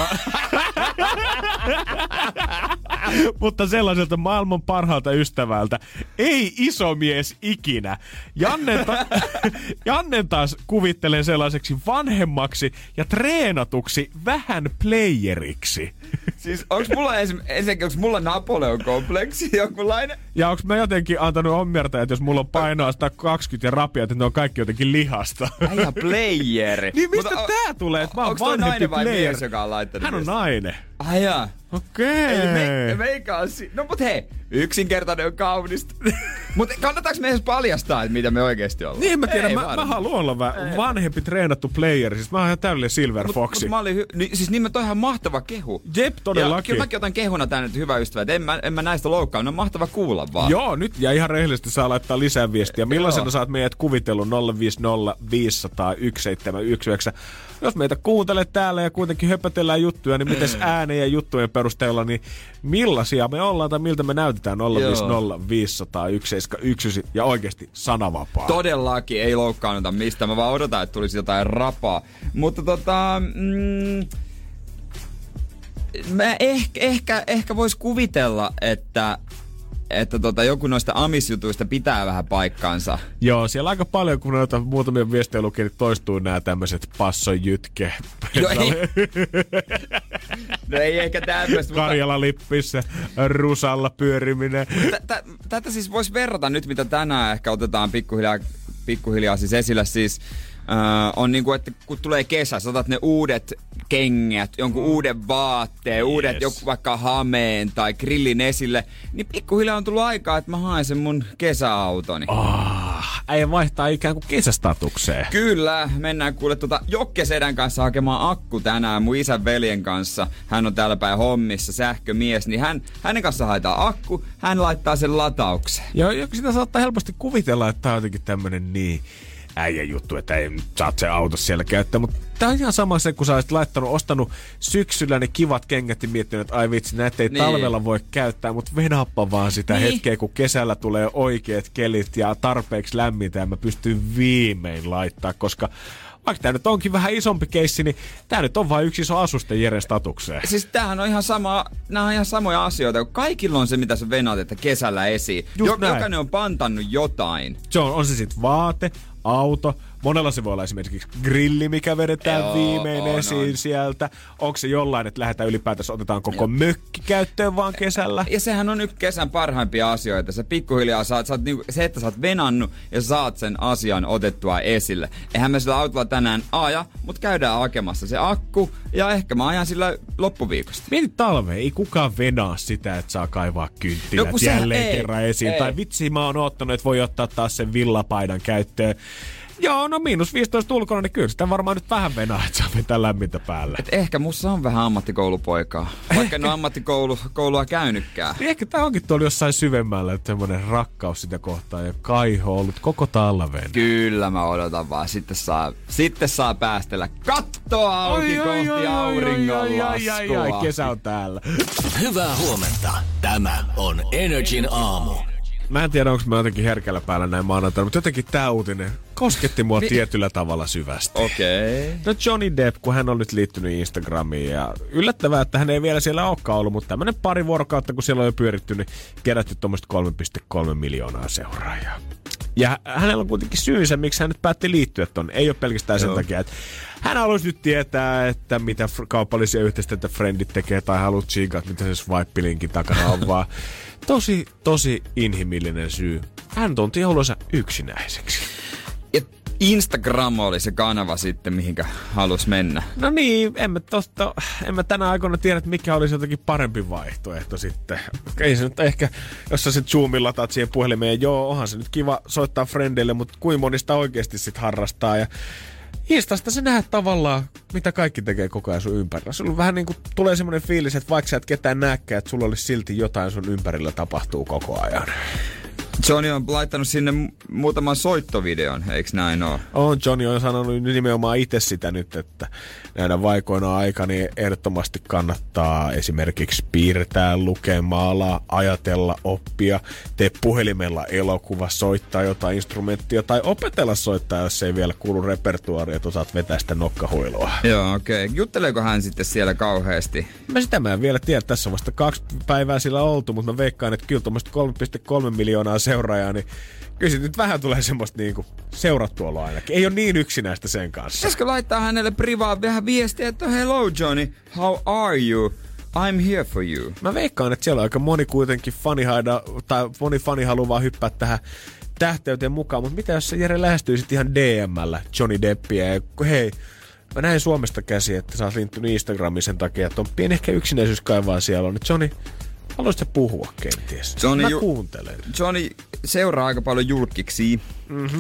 Mutta sellaiselta maailman parhaalta ystävältä. Ei iso mies ikinä. Jannen, ta- Jannen taas kuvittelen sellaiseksi vanhemmaksi ja treenatuksi vähän playeriksi. Siis onks mulla esim, ensinnäkin, onks mulla Napoleon-kompleksi jonkunlainen? Ja onks mä jotenkin antanut ymmärtää, että jos mulla on painoa sata kaksikymmentä ja rapiat, että ne on kaikki jotenkin lihasta. Äijä playeri. Niin mistä Mutta o- tää tulee, että mä oon onks toi vanhempi nainen vai player? mies, joka on laittanut Hän on viestiä? nainen. Ai jaa. Okei. Eli me, meikä on si- No mut hei, yksinkertainen on kaunista. Mut kannattaako me edes paljastaa, että mitä me oikeesti ollaan? Niin mä tiedän, Ei mä, mä varmaan. haluan olla vä- vanhempi treenattu player. Siis mä oon ihan täydellinen Silver Mut, Foxi. mut mä olin hy- niin, siis niin mä toihan mahtava kehu. Jep, todellakin. Ja kyllä mäkin otan kehuna tänne, että hyvä ystävä, että en mä, en mä näistä loukkaa, ne on mahtava kuulla vaan. Joo, nyt ja ihan rehellisesti saa laittaa lisää viestiä. Millaisena Joo. sä oot meidät kuvitellut nolla viisi nolla viisi nolla nolla yksi seitsemän yksi yhdeksän. Jos meitä kuuntelet täällä ja kuitenkin höpötellään juttuja, niin mites ääneen ja juttujen perusteella, niin millaisia me ollaan tai miltä me näytetään? Soitetaan nolla viisi nolla viisi nolla nolla yksi seitsemän yksi ja oikeesti sanavapaa. Todellakin ei loukkaannuta mistään. Mä vaan odotan, että tulisi jotain rapaa. Mutta tota... Mm, mä ehkä, ehkä, ehkä vois kuvitella, että... että tota, joku noista amisjutuista pitää vähän paikkaansa. Joo, siellä aika paljon, kun noita muutamia viestejä luki, niin toistuu nämä tämmöiset passojytke. No ei. No ei ehkä tämmöistä. Karjala-lippissä, rusalla pyöriminen. T- t- tätä siis voisi verrata nyt, mitä tänään ehkä otetaan pikkuhiljaa, pikkuhiljaa siis esillä. Siis Uh, on niinku, että kun tulee kesä, sä otat ne uudet kengät, jonkun mm. uuden vaatteen, yes. uudet joku vaikka hameen tai grillin esille, niin pikkuhiljaa on tullut aikaa, että mä haen sen mun kesäautoni. Oh, ei vaihtaa ikään kuin kesästatukseen. Kyllä, mennään kuule tuota Jokke-sedän kanssa hakemaan akku tänään mun isän veljen kanssa. Hän on täällä päin hommissa, sähkömies, niin hän, hänen kanssa haetaan akku, hän laittaa sen lataukseen. Joo, sitä saattaa helposti kuvitella, että tää on jotenkin tämmönen niin... äijän juttu, että ei saat se auto siellä käyttää, mutta tää on ihan sama se, kun sä olisit laittanut, ostanut syksyllä ne kivat kengät ja miettinyt, että ai vitsi, näitä ei niin. talvella voi käyttää, mutta venappa vaan sitä niin. hetkeä, kun kesällä tulee oikeat kelit ja tarpeeksi lämmintä ja mä pystyn viimein laittaa, koska vaikka tää nyt onkin vähän isompi keissi, niin tää nyt on vain yksi iso asuste Jeren statukseen. Siis tämähän on ihan sama, nämä on ihan samoja asioita, kun kaikilla on se, mitä sä venaat, että kesällä esiin. Jo, jokainen on pantannut jotain. Se on, on se sit vaate, auto, monella se voi olla esimerkiksi grilli, mikä vedetään Joo, viimein on, esiin on. sieltä. Onko se jollain, että lähdetään ylipäätänsä, otetaan koko Joo. mökki käyttöön vaan kesällä? Ja sehän on yksi kesän parhaimpia asioita. Se pikkuhiljaa saat, saat niinku, se, että sä oot venannut ja saat sen asian otettua esille. Eihän me sillä autolla tänään aja, mutta käydään hakemassa se akku ja ehkä mä ajan sillä loppuviikosta. Mieti talve, ei kukaan venaa sitä, että saa kaivaa kynttilät no, jälleen ei, kerran esiin. Ei. Tai vitsi, mä oon ottanut, että voi ottaa taas sen villapaidan käyttöön. Joo, no miinus viisitoista ulkona, niin kyllä sitä varmaan nyt vähän venaa, että saa vetää lämmintä päälle. Et ehkä musta on vähän ammattikoulupoikaa, vaikka en ole ammattikoulua käynytkään. Niin ehkä tää onkin tuolla jossain syvemmällä, että semmonen rakkaus sitä kohtaan ja kaiho ollut koko talven. Kyllä mä odotan vaan, sitten saa, sitten saa päästellä kattoa auki oi, kohti oi, auringonlaskua. Kesä on täällä. Hyvää huomenta, tämä on Energin aamu. Mä en tiedä, onko mä jotenkin herkällä päällä näin maanantaina, mutta jotenkin tää uutinen kosketti mua Vi- tietyllä tavalla syvästi. Okei. Okay. No Johnny Depp, kun hän on nyt liittynyt Instagramiin ja yllättävää, että hän ei vielä siellä olekaan ollut, mutta tämmönen pari vuorokautta, kun siellä on jo pyöritty, niin kerätty tuommoista kolme pilkku kolme miljoonaa seuraajaa. Ja hänellä on kuitenkin syynsä, miksi hän nyt päätti liittyä tonne. Ei ole pelkästään Joo. sen takia, että hän haluaisi nyt tietää, että mitä kaupallisia yhteistyötä friendit tekee tai haluaa tsiikaa, mitä se swipe-linkin takana on, vaan tosi, tosi inhimillinen syy. Hän tunti olonsa yksinäiseksi. Ja Instagram oli se kanava sitten, mihinkä halusi mennä. No niin, en mä, tosta, en mä tänä aikoina tiedä, että mikä olisi jotenkin parempi vaihtoehto sitten. Ei se nyt ehkä, jos sä sit Zoomin lataat siihen puhelimeen, joo, onhan se nyt kiva soittaa friendille, mutta kuinka monista oikeasti sit harrastaa. Ja Instasta sä näet tavallaan, mitä kaikki tekee koko ajan sun ympärillä. Sulla vähän niinku tulee semmoinen fiilis, että vaikka sä et ketään näkään, että sulla olisi silti jotain sun ympärillä tapahtuu koko ajan. Johnny on laittanut sinne muutaman soittovideon, eikö näin ole? On, Johnny on sanonut nimenomaan itse sitä nyt, että näinä vaikoina aika niin ehdottomasti kannattaa esimerkiksi piirtää, lukea, maalaa, ajatella, oppia, tee puhelimella elokuva, soittaa jotain instrumenttia tai opetella soittaa, jos ei vielä kuulu repertuaaria, että osaat vetää sitä nokkahuilua. Joo, okei. Okay. Jutteleeko hän sitten siellä kauheasti? Mä sitä mä en vielä tiedä, tässä on vasta kaksi päivää sillä oltu, mutta mä veikkaan, että kyllä tuommoista kolme pilkku kolme miljoonaa seuraajaa, niin kyllä nyt vähän tulee semmoista niinku seurattua olo ainakin. Ei ole niin yksinäistä sen kanssa. Pitäisikö laittaa hänelle privaa vähän viestiä, että hello Johnny, how are you? I'm here for you. Mä veikkaan, että siellä on aika moni kuitenkin fanihaida, tai moni fani haluaa vaan hyppää tähän tähteyteen mukaan, mutta mitä jos se Jere lähestyisit ihan D M:llä Johnny Deppia ja hei, mä näin Suomesta käsi, että sä oot liittynyt Instagramiin sen takia, että on pieni ehkä yksinäisyys kaivaa siellä on, niin Johnny, haluaisitko puhua kenties? Johnny, mä kuuntelen. Johnny seuraa aika paljon julkkiksi. Mm-hmm.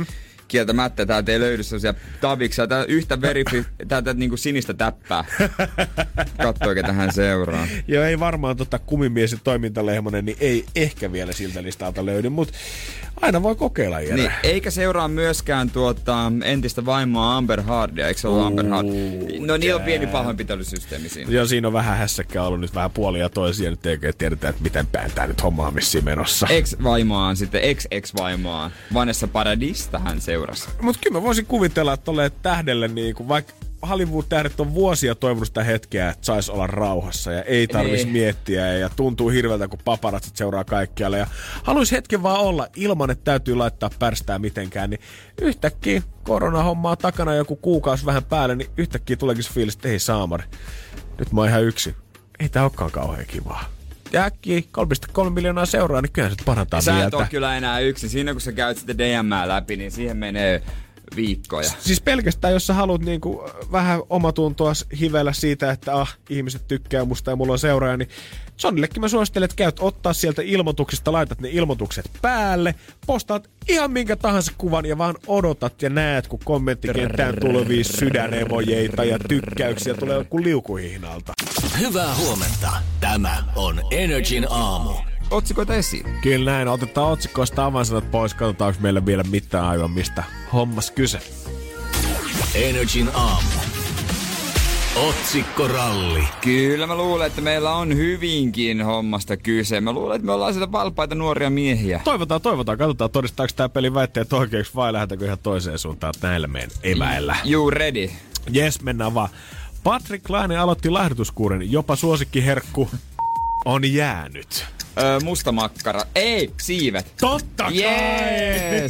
kieltämättä täältä ei löydy sellaisia tabiksia. Tää yhtä verifi, täältä niinku sinistä täppää. Katsoo, ketä hän seuraa. Joo, ei varmaan tota kumimies ja toimintalehmonen, niin ei ehkä vielä siltä listalta löydy, mutta aina voi kokeilla, Jere. Niin, eikä seuraa myöskään tuota entistä vaimoa Amber Hardia, eikö se ollut Amber Hard? No niillä on pieni pahoinpitelysysteemi siinä. Joo, siinä on vähän hässäkkää ollut nyt vähän puolia toisia, nyt ei tiedetä, että miten päin tää nyt homma on missiin menossa. Ex-vaimoaan sitten, ex-ex-vaimoaan. Vanessa Paradista hän seurasi. Mut kyllä mä voisin kuvitella, että tolleen tähdelle niinku, vaikka Hollywood-tähdet on vuosia toivonut sitä hetkeä, että sais olla rauhassa ja ei tarvis ei. miettiä ja tuntuu hirveältä, kun paparatsit seuraa kaikkialle ja haluais hetken vaan olla ilman, että täytyy laittaa pärstää mitenkään, niin yhtäkkiä koronahommaa takana joku kuukausi vähän päälle, niin yhtäkkiä tuleekin se fiilis, että ei saamari, nyt mä oon ihan yksin. Ei tää olekaan kauhean kivaa. Ja äkkiä kolme pilkku kolme miljoonaa seuraa, niin kyllä se parantaa sä mieltä. Sä et ole kyllä enää yksin. Siinä kun sä käyt sitten D M:ää läpi, niin siihen menee viikkoja. Siis pelkästään, jos sä haluat niinku vähän omatuntoa hivellä siitä, että ah, ihmiset tykkää musta ja mulla on seuraaja, niin Sonillekin mä suosittelen, että käyt ottaa sieltä ilmoituksista, laitat ne ilmoitukset päälle, postaat ihan minkä tahansa kuvan ja vaan odotat ja näet, kun kommenttikenttään tulevia sydänemojeita ja tykkäyksiä tulee joku liukuhihnalta. Hyvää huomenta. Tämä on Energin aamu. Otsikoita esiin. Kyllä näin. Otetaan otsikoista avainsanat pois. Katsotaanko meillä vielä mitään aivan mistä hommas kyse. Energin aamu. Otsikkoralli. Kyllä mä luulen, että meillä on hyvinkin hommasta kyse. Mä luulen, että me ollaan sitä valpaita nuoria miehiä. Toivotaan, toivotaan. Katsotaan, todistaako tää peli väitteet oikeaksi vai lähdetäänkö ihan toiseen suuntaan näillä meidän eväillä. You ready? Yes, mennään vaan. Patrick Laine aloitti laihdutuskuurin. Jopa suosikkiherkku on jäänyt. Öö, musta makkara. Ei, siivet. Totta kai! Yes.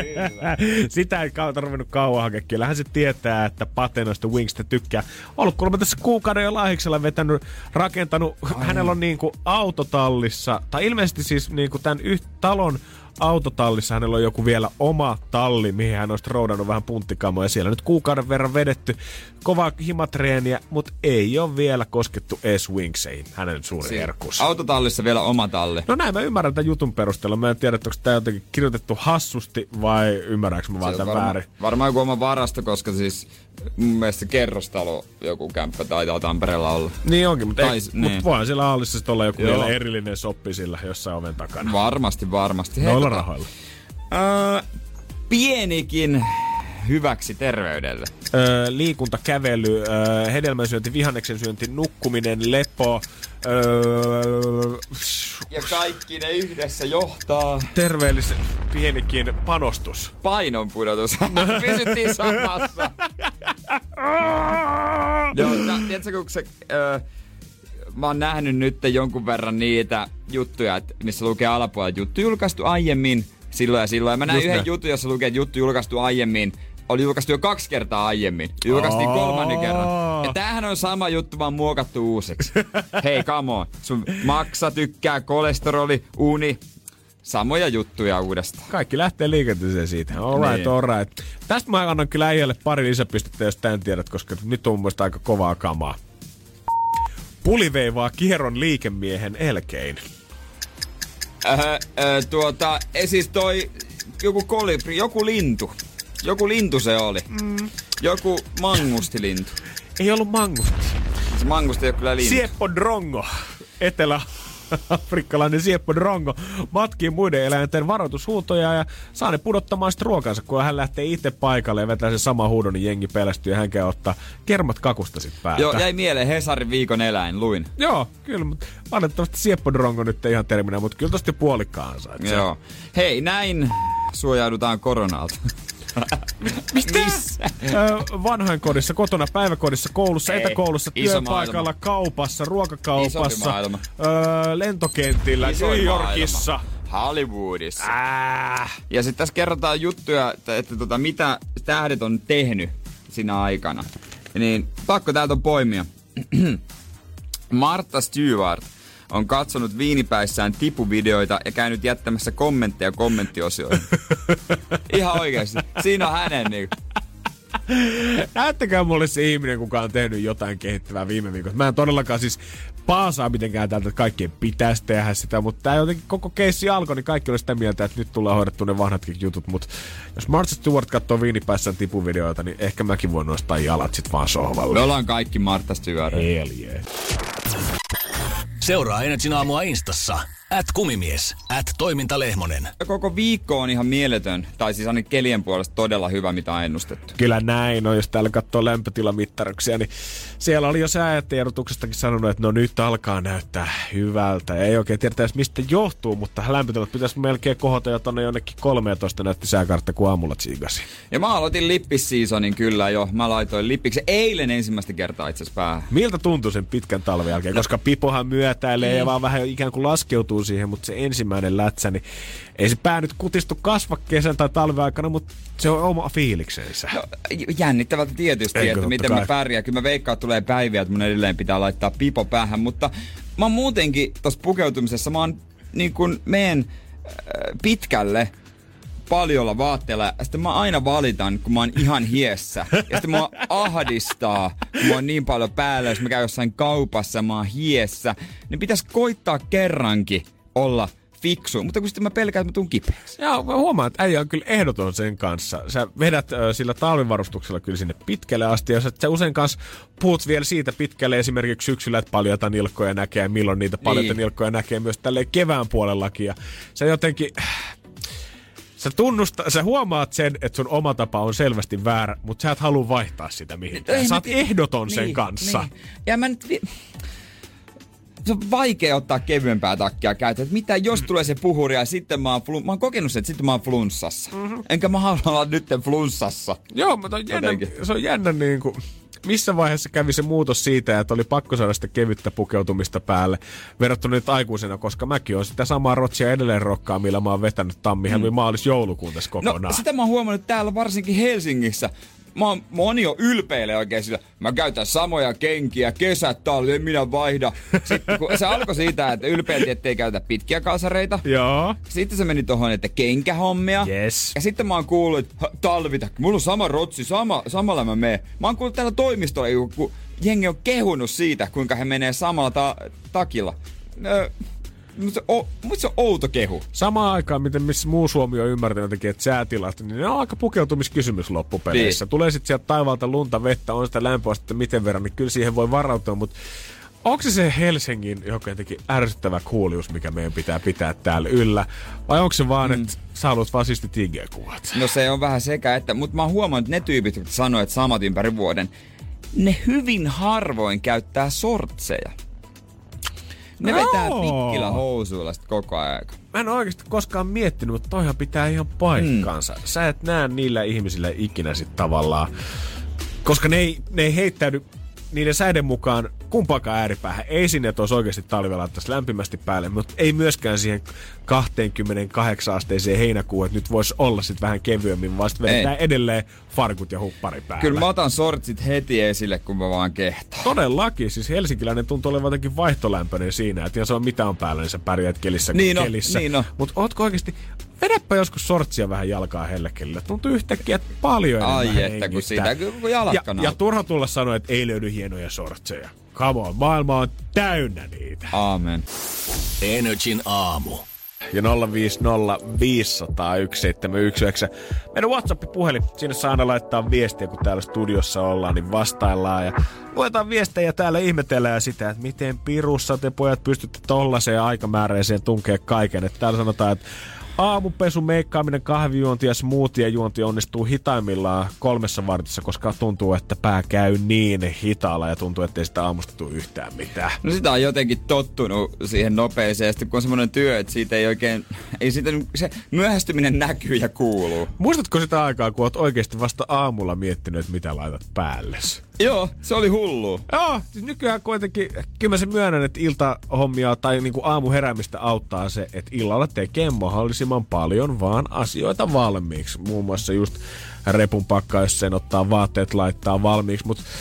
Sitä ei kautta ruvennut kauan hakea. Kyllähän se tietää, että Pate noista Wingstä tykkää. Ollut kuulemma tässä kuukauden jo Laihiksella vetänyt, rakentanut. Ai. Hänellä on niinku autotallissa, tai ilmeisesti siis niinku tämän yht talon autotallissa hänellä on joku vielä oma talli, mihin hän on roudannut vähän punttikamoja. Siellä nyt kuukauden verran vedetty kovaa himatreeniä, mutta ei ole vielä koskettu edes Wingseihin, hänen suuri si- herkkuus. Autotallissa vielä oma talli. No näin mä ymmärrän tämän jutun perusteella. Mä en tiedä, onko tämä jotenkin kirjoitettu hassusti vai ymmärränkö mä vaan tämän varma, väärin. Varmaan joku oma varasto, koska siis mun mielestä kerrostalo joku kämppä taitaa Tampereella olla. Niin onkin, mutta, Tais, ei, mutta voihan siellä hallissa sitten olla joku Joo. vielä erillinen soppi sillä jossain oven takana. Varmasti, varmasti. Noilla rahoilla. Öö, pienikin hyväksi terveydelle. Öö, liikunta, kävely, öö, hedelmänsyönti, vihanneksen syönti, nukkuminen, lepo. Öö, ja kaikki ne yhdessä johtaa terveellisen pienikin panostus. Painon pudotus. Pysyttiin samassa. Joo, tiedätkö, kun se... Öö, mä oon nähnyt nyt jonkun verran niitä juttuja, että missä lukee alapuolella juttu julkaistu aiemmin silloin ja silloin. Ja mä näin Just yhden ne. jutun, jossa lukee, että juttu julkaistu aiemmin. Oli julkaistu jo kaksi kertaa aiemmin. Julkaistiin kolmannen kerran. Ja tämähän on sama juttu, vaan muokattu uusiksi. Hei, come on. Sun maksa, tykkää, kolesteroli, uni. Samoja juttuja uudestaan. Kaikki lähtee liikenteeseen siitä. All right, niin. all right. Tästä mä annan kyllä äijälle pari lisäpistettä, jos tän tiedät, koska nyt on mun mielestä aika kovaa kamaa. Puli veivaa kierron liikemiehen elkein. Öö, öö, tuota, siis toi joku kolibri, joku lintu. Joku lintu se oli. Mm. Joku mangustilintu. Ei ollut mangusti. Se mangusti ei ole kyllä lintu. Sieppo Drongo. Etelä afrikkalainen Sieppo Drongo matkii muiden eläinten varoitushuutoja ja saa ne pudottamaan sitten ruokansa, kun hän lähtee itse paikalle ja vetää sen sama huudon, niin jengi pelästyy ja hän käy ottaa kermat kakusta sit päältä. Joo, jäi mieleen Hesarin viikon eläin, luin. Joo, kyllä, mutta valitettavasti Sieppo Drongo nyt ei ihan terminä, mutta kyllä tosti puolikkaan saa. Joo. Hei, näin suojaudutaan koronalta. Mistä? Missä? Vanhainkodissa, kotona, päiväkodissa, koulussa, Ei, etäkoulussa, työpaikalla, maailma. Kaupassa, ruokakaupassa, öö, lentokentillä, New Yorkissa. Maailma. Hollywoodissa. Äh. Ja sitten tässä kerrotaan juttuja, että, että tota, mitä tähdet on tehnyt siinä aikana. Niin pakko täältä on poimia. Martha Stewart on katsonut viinipäissään tipuvideoita ja käynyt jättämässä kommentteja kommenttiosioihin. Ihan oikeasti. Siinä on hänen niinku. Näyttäkää mulle se ihminen, kuka on tehnyt jotain kehittävää viime viikolla. Mä en todellakaan siis paasaa mitenkään täältä, että kaikkien pitäisi tehdä sitä, mutta tää jotenkin koko keissi alkoi, niin kaikki oli sitä mieltä, että nyt tullaan hoidettu ne vanhatkin jutut, mutta jos Martha Stewart katsoo viinipäissään tipuvideoita, niin ehkä mäkin voin nostaa jalat sit vaan sohvalle. Me ollaan kaikki Martha Stewart. Hell yeah. Seuraa Energin aamua Instassa. At kumimies, at toimintalehmonen. Koko viikko on ihan mieletön, tai siis ainakin kelien puolesta todella hyvä, mitä on ennustettu. Kyllä näin on, jos täällä katsoo lämpötilamittaruksia, niin siellä oli jo säätiedotuksestakin sanonut, että no nyt alkaa näyttää hyvältä. Ei oikein tiedetä edes mistä johtuu, mutta lämpötilat pitäisi melkein kohota jo tonne jonnekin kolmetoista näytti sääkartta, kun aamulla tsiigasi. Ja mä aloitin lippisseasonin kyllä jo. Mä laitoin lippiksi eilen ensimmäistä kertaa itse asiassa päähän. Miltä tuntui sen pitkän talven jälkeen? No. Koska pipohan myötäilee mm. ja vaan vähän ikään kuin laskeutuu siihen, mutta se ensimmäinen lätsä, niin ei se pää nyt kutistu kasva kesän tai talven aikana, mutta se on oma fiiliksensä. No, jännittävältä tietysti, Eikö, että miten kai. mä pärjään. Kyllä mä veikkaan, että tulee päiviä, että mun edelleen pitää laittaa pipo päähän, mutta mä oon muutenkin tossa pukeutumisessa, mä oon niin kuin meen äh, pitkälle paljolla vaatteella, ja sitten mä aina valitan, kun mä oon ihan hiessä. Ja sitten mua ahdistaa, kun mä oon niin paljon päällä, jos mä käyn jossain kaupassa, mä oon hiessä. Niin pitäisi koittaa kerrankin olla fiksu, mutta kun sitten mä pelkään, että mä tuun kipeäksi. Joo, mä huomaan, että äijä on kyllä ehdoton sen kanssa. Sä vedät äh, sillä talvivarustuksella kyllä sinne pitkälle asti, ja sä, sä usein kanssa puhut vielä siitä pitkälle esimerkiksi syksyllä, että paljoita nilkkoja näkee, ja milloin niitä paljoita niin. nilkkoja näkee myös tälleen kevään puolellakin. Ja sä jotenkin... Sä, tunnusta, sä huomaat sen, että sun oma tapa on selvästi väärä, mutta sä et halua vaihtaa sitä mihinkään. Sä oot ehdoton sen niin, kanssa. Niin. Ja mä nyt... Vi- se on vaikea ottaa kevyempää takkia käyttöön. Että mitä jos tulee se puhuri ja sitten mä oon, flu- mä oon kokenut sen, että sitten mä oon flunssassa. Mm-hmm. Enkä mä halua olla nytten flunssassa. Joo, mutta on jännä, se on jännä niin kuin... Missä vaiheessa kävi se muutos siitä, että oli pakko saada sitä kevyttä pukeutumista päälle verrattuna nyt aikuisena, koska mäkin oon sitä samaa rotsia edelleen rokkaa, millä mä oon vetänyt tammi-helmi mm. maalis-joulukuun tässä kokonaan. No sitä mä oon huomannut täällä varsinkin Helsingissä. Mä oon, moni on ylpeilee oikein sillä, mä käytän samoja kenkiä, kesät, talvi, en minä vaihda. Sitten kun se alkoi siitä, että ylpeiltiin, ettei käytä pitkiä kalsareita. Joo. Sitten se meni tohon, että kenkähommia. Yes. Ja sitten mä oon kuullut, että talvitakki, mulla on sama rotsi, sama, samalla mä menen. Mä oon kuullut täällä toimistolla, kun jengi on kehunut siitä, kuinka he menee samalla ta- takilla. Öö, Mutta se on outo kehu. Samaan aikaan, miten missä muu Suomi on ymmärtänyt jotenkin, että säätilasta, niin ne on aika pukeutumiskysymys loppupeleissä. Niin. Tulee sitten sieltä taivaalta lunta, vettä, on sitä lämpöastetta miten verran, niin kyllä siihen voi varautua, mutta onko se se Helsingin jotenkin ärsyttävä kuulius, mikä meidän pitää pitää täällä yllä? Vai onko se vaan, mm. että sä haluat vaan siisti I G-kuvat? No se on vähän sekä, että, mutta mä oon huomannut, että ne tyypit, jotka sanoo, että samat ympäri vuoden, ne hyvin harvoin käyttää sortseja. Ne vetää oh. pitkillä housuilla sit koko ajan. Mä en oikeesti koskaan miettinyt, mutta toihan pitää ihan paikkaansa. Mm. Sä et näe niillä ihmisillä ikinä sit tavallaan. Koska ne ei, ne ei heittäydy niiden säiden mukaan kumpaakaan ääripäähän. Ei sinne, että olisi oikeasti talvella laittaisi lämpimästi päälle, mutta ei myöskään siihen kaksikymmentäkahdeksan asteiseen heinäkuuhun, että nyt voisi olla sitten vähän kevyemmin, vaan sitten vedetään edelleen farkut ja huppari päällä. Kyllä mä otan sortsit heti esille, kun mä vaan kehtaan. Todellakin. Siis helsinkiläinen tuntuu olevan jotenkin vaihtolämpöinen siinä, että jos on mitään päällä, niin sä pärjäät kelissä niin no, kelissä. Niin no. Mutta ootko oikeasti, vedäpä joskus sortsia vähän jalkaa hellekelillä. Tuntuu yhtäkkiä, että paljon enemmän Ai hengistä. että kun siitä, kun jalakka ja, ja turha tulla sanoa, että ei löydy hienoja sortseja. Come on, maailma on täynnä niitä. Aamen. Energin aamu. Ja nolla viisi nolla viisi nolla nolla yksi seitsemän yksi yhdeksän. Meidän WhatsApp-puhelin. Sinne saa aina laittaa viestiä, kun täällä studiossa ollaan, niin vastaillaan. Ja luetaan viestejä täällä ihmetellään sitä, että miten pirussa te pojat pystytte tollaiseen aikamääräiseen tunkeen kaiken. Että täällä sanotaan, että aamupesu, meikkaaminen, kahvijuonti ja smoothie juonti onnistuu hitaimmillaan kolmessa vartissa, koska tuntuu, että pää käy niin hitaalla ja tuntuu, ettei sitä aamusta tule yhtään mitään. No sitä on jotenkin tottunut siihen nopeeseen, kun on semmoinen työ, että siitä ei oikein, ei siitä, se myöhästyminen näkyy ja kuuluu. Muistatko sitä aikaa, kun oot oikeasti vasta aamulla miettinyt, että mitä laitat päällesi? Joo, se oli hullu. Joo, siis nykyään kuitenkin, kyllä mä sen myönnän, että iltahommia tai niinku aamuheräämistä auttaa se, että illalla tekee mahdollisimman paljon vaan asioita valmiiksi. Muun muassa just repun pakkaa, jos sen ottaa vaatteet laittaa valmiiksi, mutta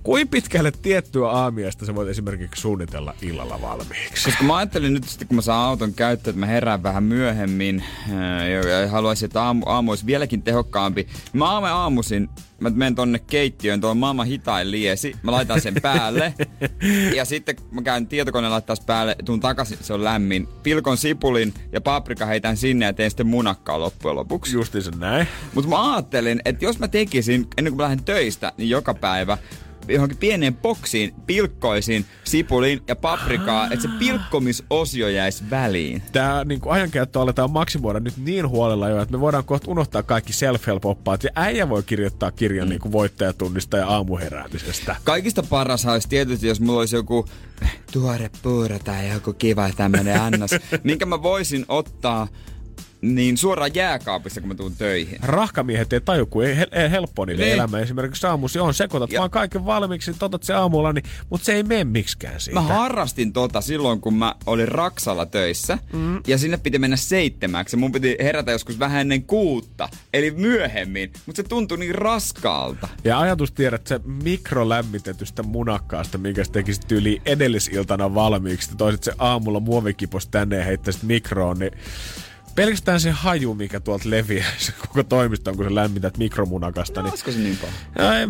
Kuin pitkälle tiettyä aamiaista sä voit esimerkiksi suunnitella illalla valmiiksi? Koska mä ajattelin nyt sitten, kun mä saan auton käyttöön, että mä herään vähän myöhemmin ja haluaisin, että aamu, aamu olisi vieläkin tehokkaampi. Mä aamu aamuisin, mä menen tonne keittiöön, tuo maailman hitain liesi, mä laitan sen päälle ja sitten mä käyn tietokoneen laittaa päälle, tuun takaisin, se on lämmin. Pilkon sipulin ja paprika heitän sinne ja teen sitten munakkaa loppujen lopuksi. Justiin sen näin. Mutta mä ajattelin, että jos mä tekisin, ennen kuin mä lähden töistä, niin joka päivä johonkin pieneen boksiin pilkkoisin sipulin ja paprikaa, että se pilkkomisosio jäisi väliin. Tää niin ajankäyttö aletaan maksimoida nyt niin huolella jo, että me voidaan kohta unohtaa kaikki self-help-oppaat ja äijä voi kirjoittaa kirjan mm. niin voittajatunnista ja aamuheräämisestä. Kaikista paras olisi tietysti, jos mulla olisi joku tuore puuro tai joku kiva tämmönen annos, minkä mä voisin ottaa niin suoraan jääkaapissa, kun mä tuun töihin. Rahkamiehet ei taju, kun ei, ei helppoa niille elämä. Esimerkiksi aamusi on, sekoitat ja vaan kaiken valmiiksi, totat se aamulla, niin, mutta se ei mene miksikään siitä. Mä harrastin tota silloin, kun mä olin Raksalla töissä, mm. ja sinne piti mennä seitsemäksi. Mun piti herätä joskus vähän ennen kuutta, eli myöhemmin, mutta se tuntui niin raskaalta. Ja ajatus tiedät, se mikrolämmitetystä munakkaasta, minkä sä tekisit yli edellisiltana valmiiksi, ja toisit se aamulla muovikipos tänne ja heittäisit mikroon, niin pelkästään se haju, mikä tuolta leviää se koko toimistoon, kun sä lämmität mikromunakasta. No, olisiko se niin paljon? En,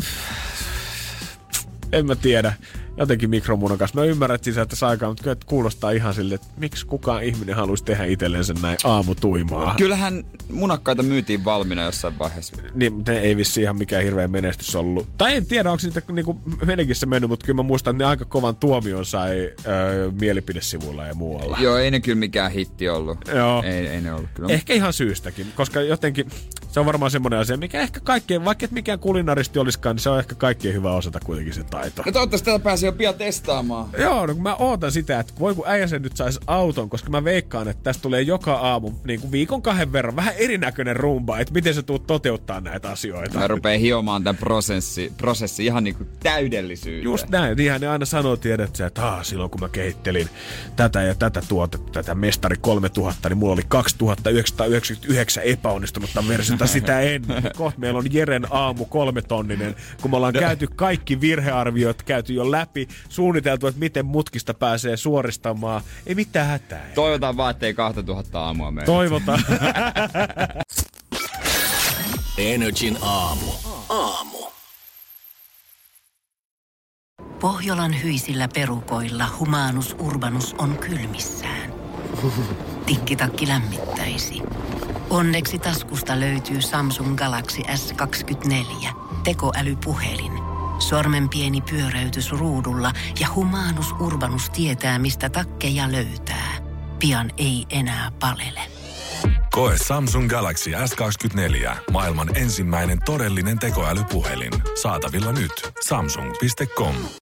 en mä tiedä. Jotenkin mikromunakas. Mä ymmärrän, että sisältäisi aikaa, mutta kyllä kuulostaa ihan silleen, että miksi kukaan ihminen haluaisi tehdä itsellensä näin aamutuimaa. Kyllähän munakkaita myytiin valmiina jossain vaiheessa. Niin, ne ei vissi ihan mikään hirveä menestys ollut. Tai en tiedä, onko niitä niinku menekissä mennyt, mutta kyllä mä muistan, että ne aika kovan tuomion sai öö, mielipidesivuilla ja muualla. Joo, ei ne kyllä mikään hitti ollut. Joo. Ei, ei ne ollut kyllä. Ehkä ihan syystäkin, koska jotenkin se on varmaan semmoinen asia, mikä ehkä kaikkien, vaikka et mikään kulinaristi olisikaan, niin se on ehkä kaikkien hyvä osata kuitenkin se taito. No toivottavasti tätä pääsee jo pian testaamaan. Joo, no kun mä ootan sitä, että voi kun äijä sen nyt sais auton, koska mä veikkaan, että tästä tulee joka aamu niin kuin viikon kahden verran vähän erinäköinen rumba, että miten sä tuut toteuttaa näitä asioita. Mä rupeen hiomaan tämän prosessi, prosessi ihan niin kuin täydellisyyteen. Just näin, niinhän ne aina sanoo, tiedät sä, että ah, silloin kun mä kehittelin tätä ja tätä tuotetta, tätä Mestari kolmetuhatta, niin mulla oli kaksituhattayhdeksänsataayhdeksänkymmentäyhdeksän epäonnistunutta versiota sitä ennen. Kohta meillä on Jeren aamu kolmetonninen, kun me ollaan käyty kaikki virhearviot, käyty jo läpi, suunniteltu, että miten mutkista pääsee suoristamaan. Ei mitään hätää. Toivotaan vaan, ettei kaksituhatta aamua mene. Toivotaan. Energin aamu. Aamu. Pohjolan hyisillä perukoilla Humanus Urbanus on kylmissään. Tikkitakki lämmittäisi. Onneksi taskusta löytyy Samsung Galaxy S kaksikymmentäneljä, tekoälypuhelin. Sormen pieni pyöräytys ruudulla ja Humanus Urbanus tietää, mistä takkeja löytää. Pian ei enää palele. Koe Samsung Galaxy S kaksikymmentäneljä, maailman ensimmäinen todellinen tekoälypuhelin. Saatavilla nyt. Samsung piste com.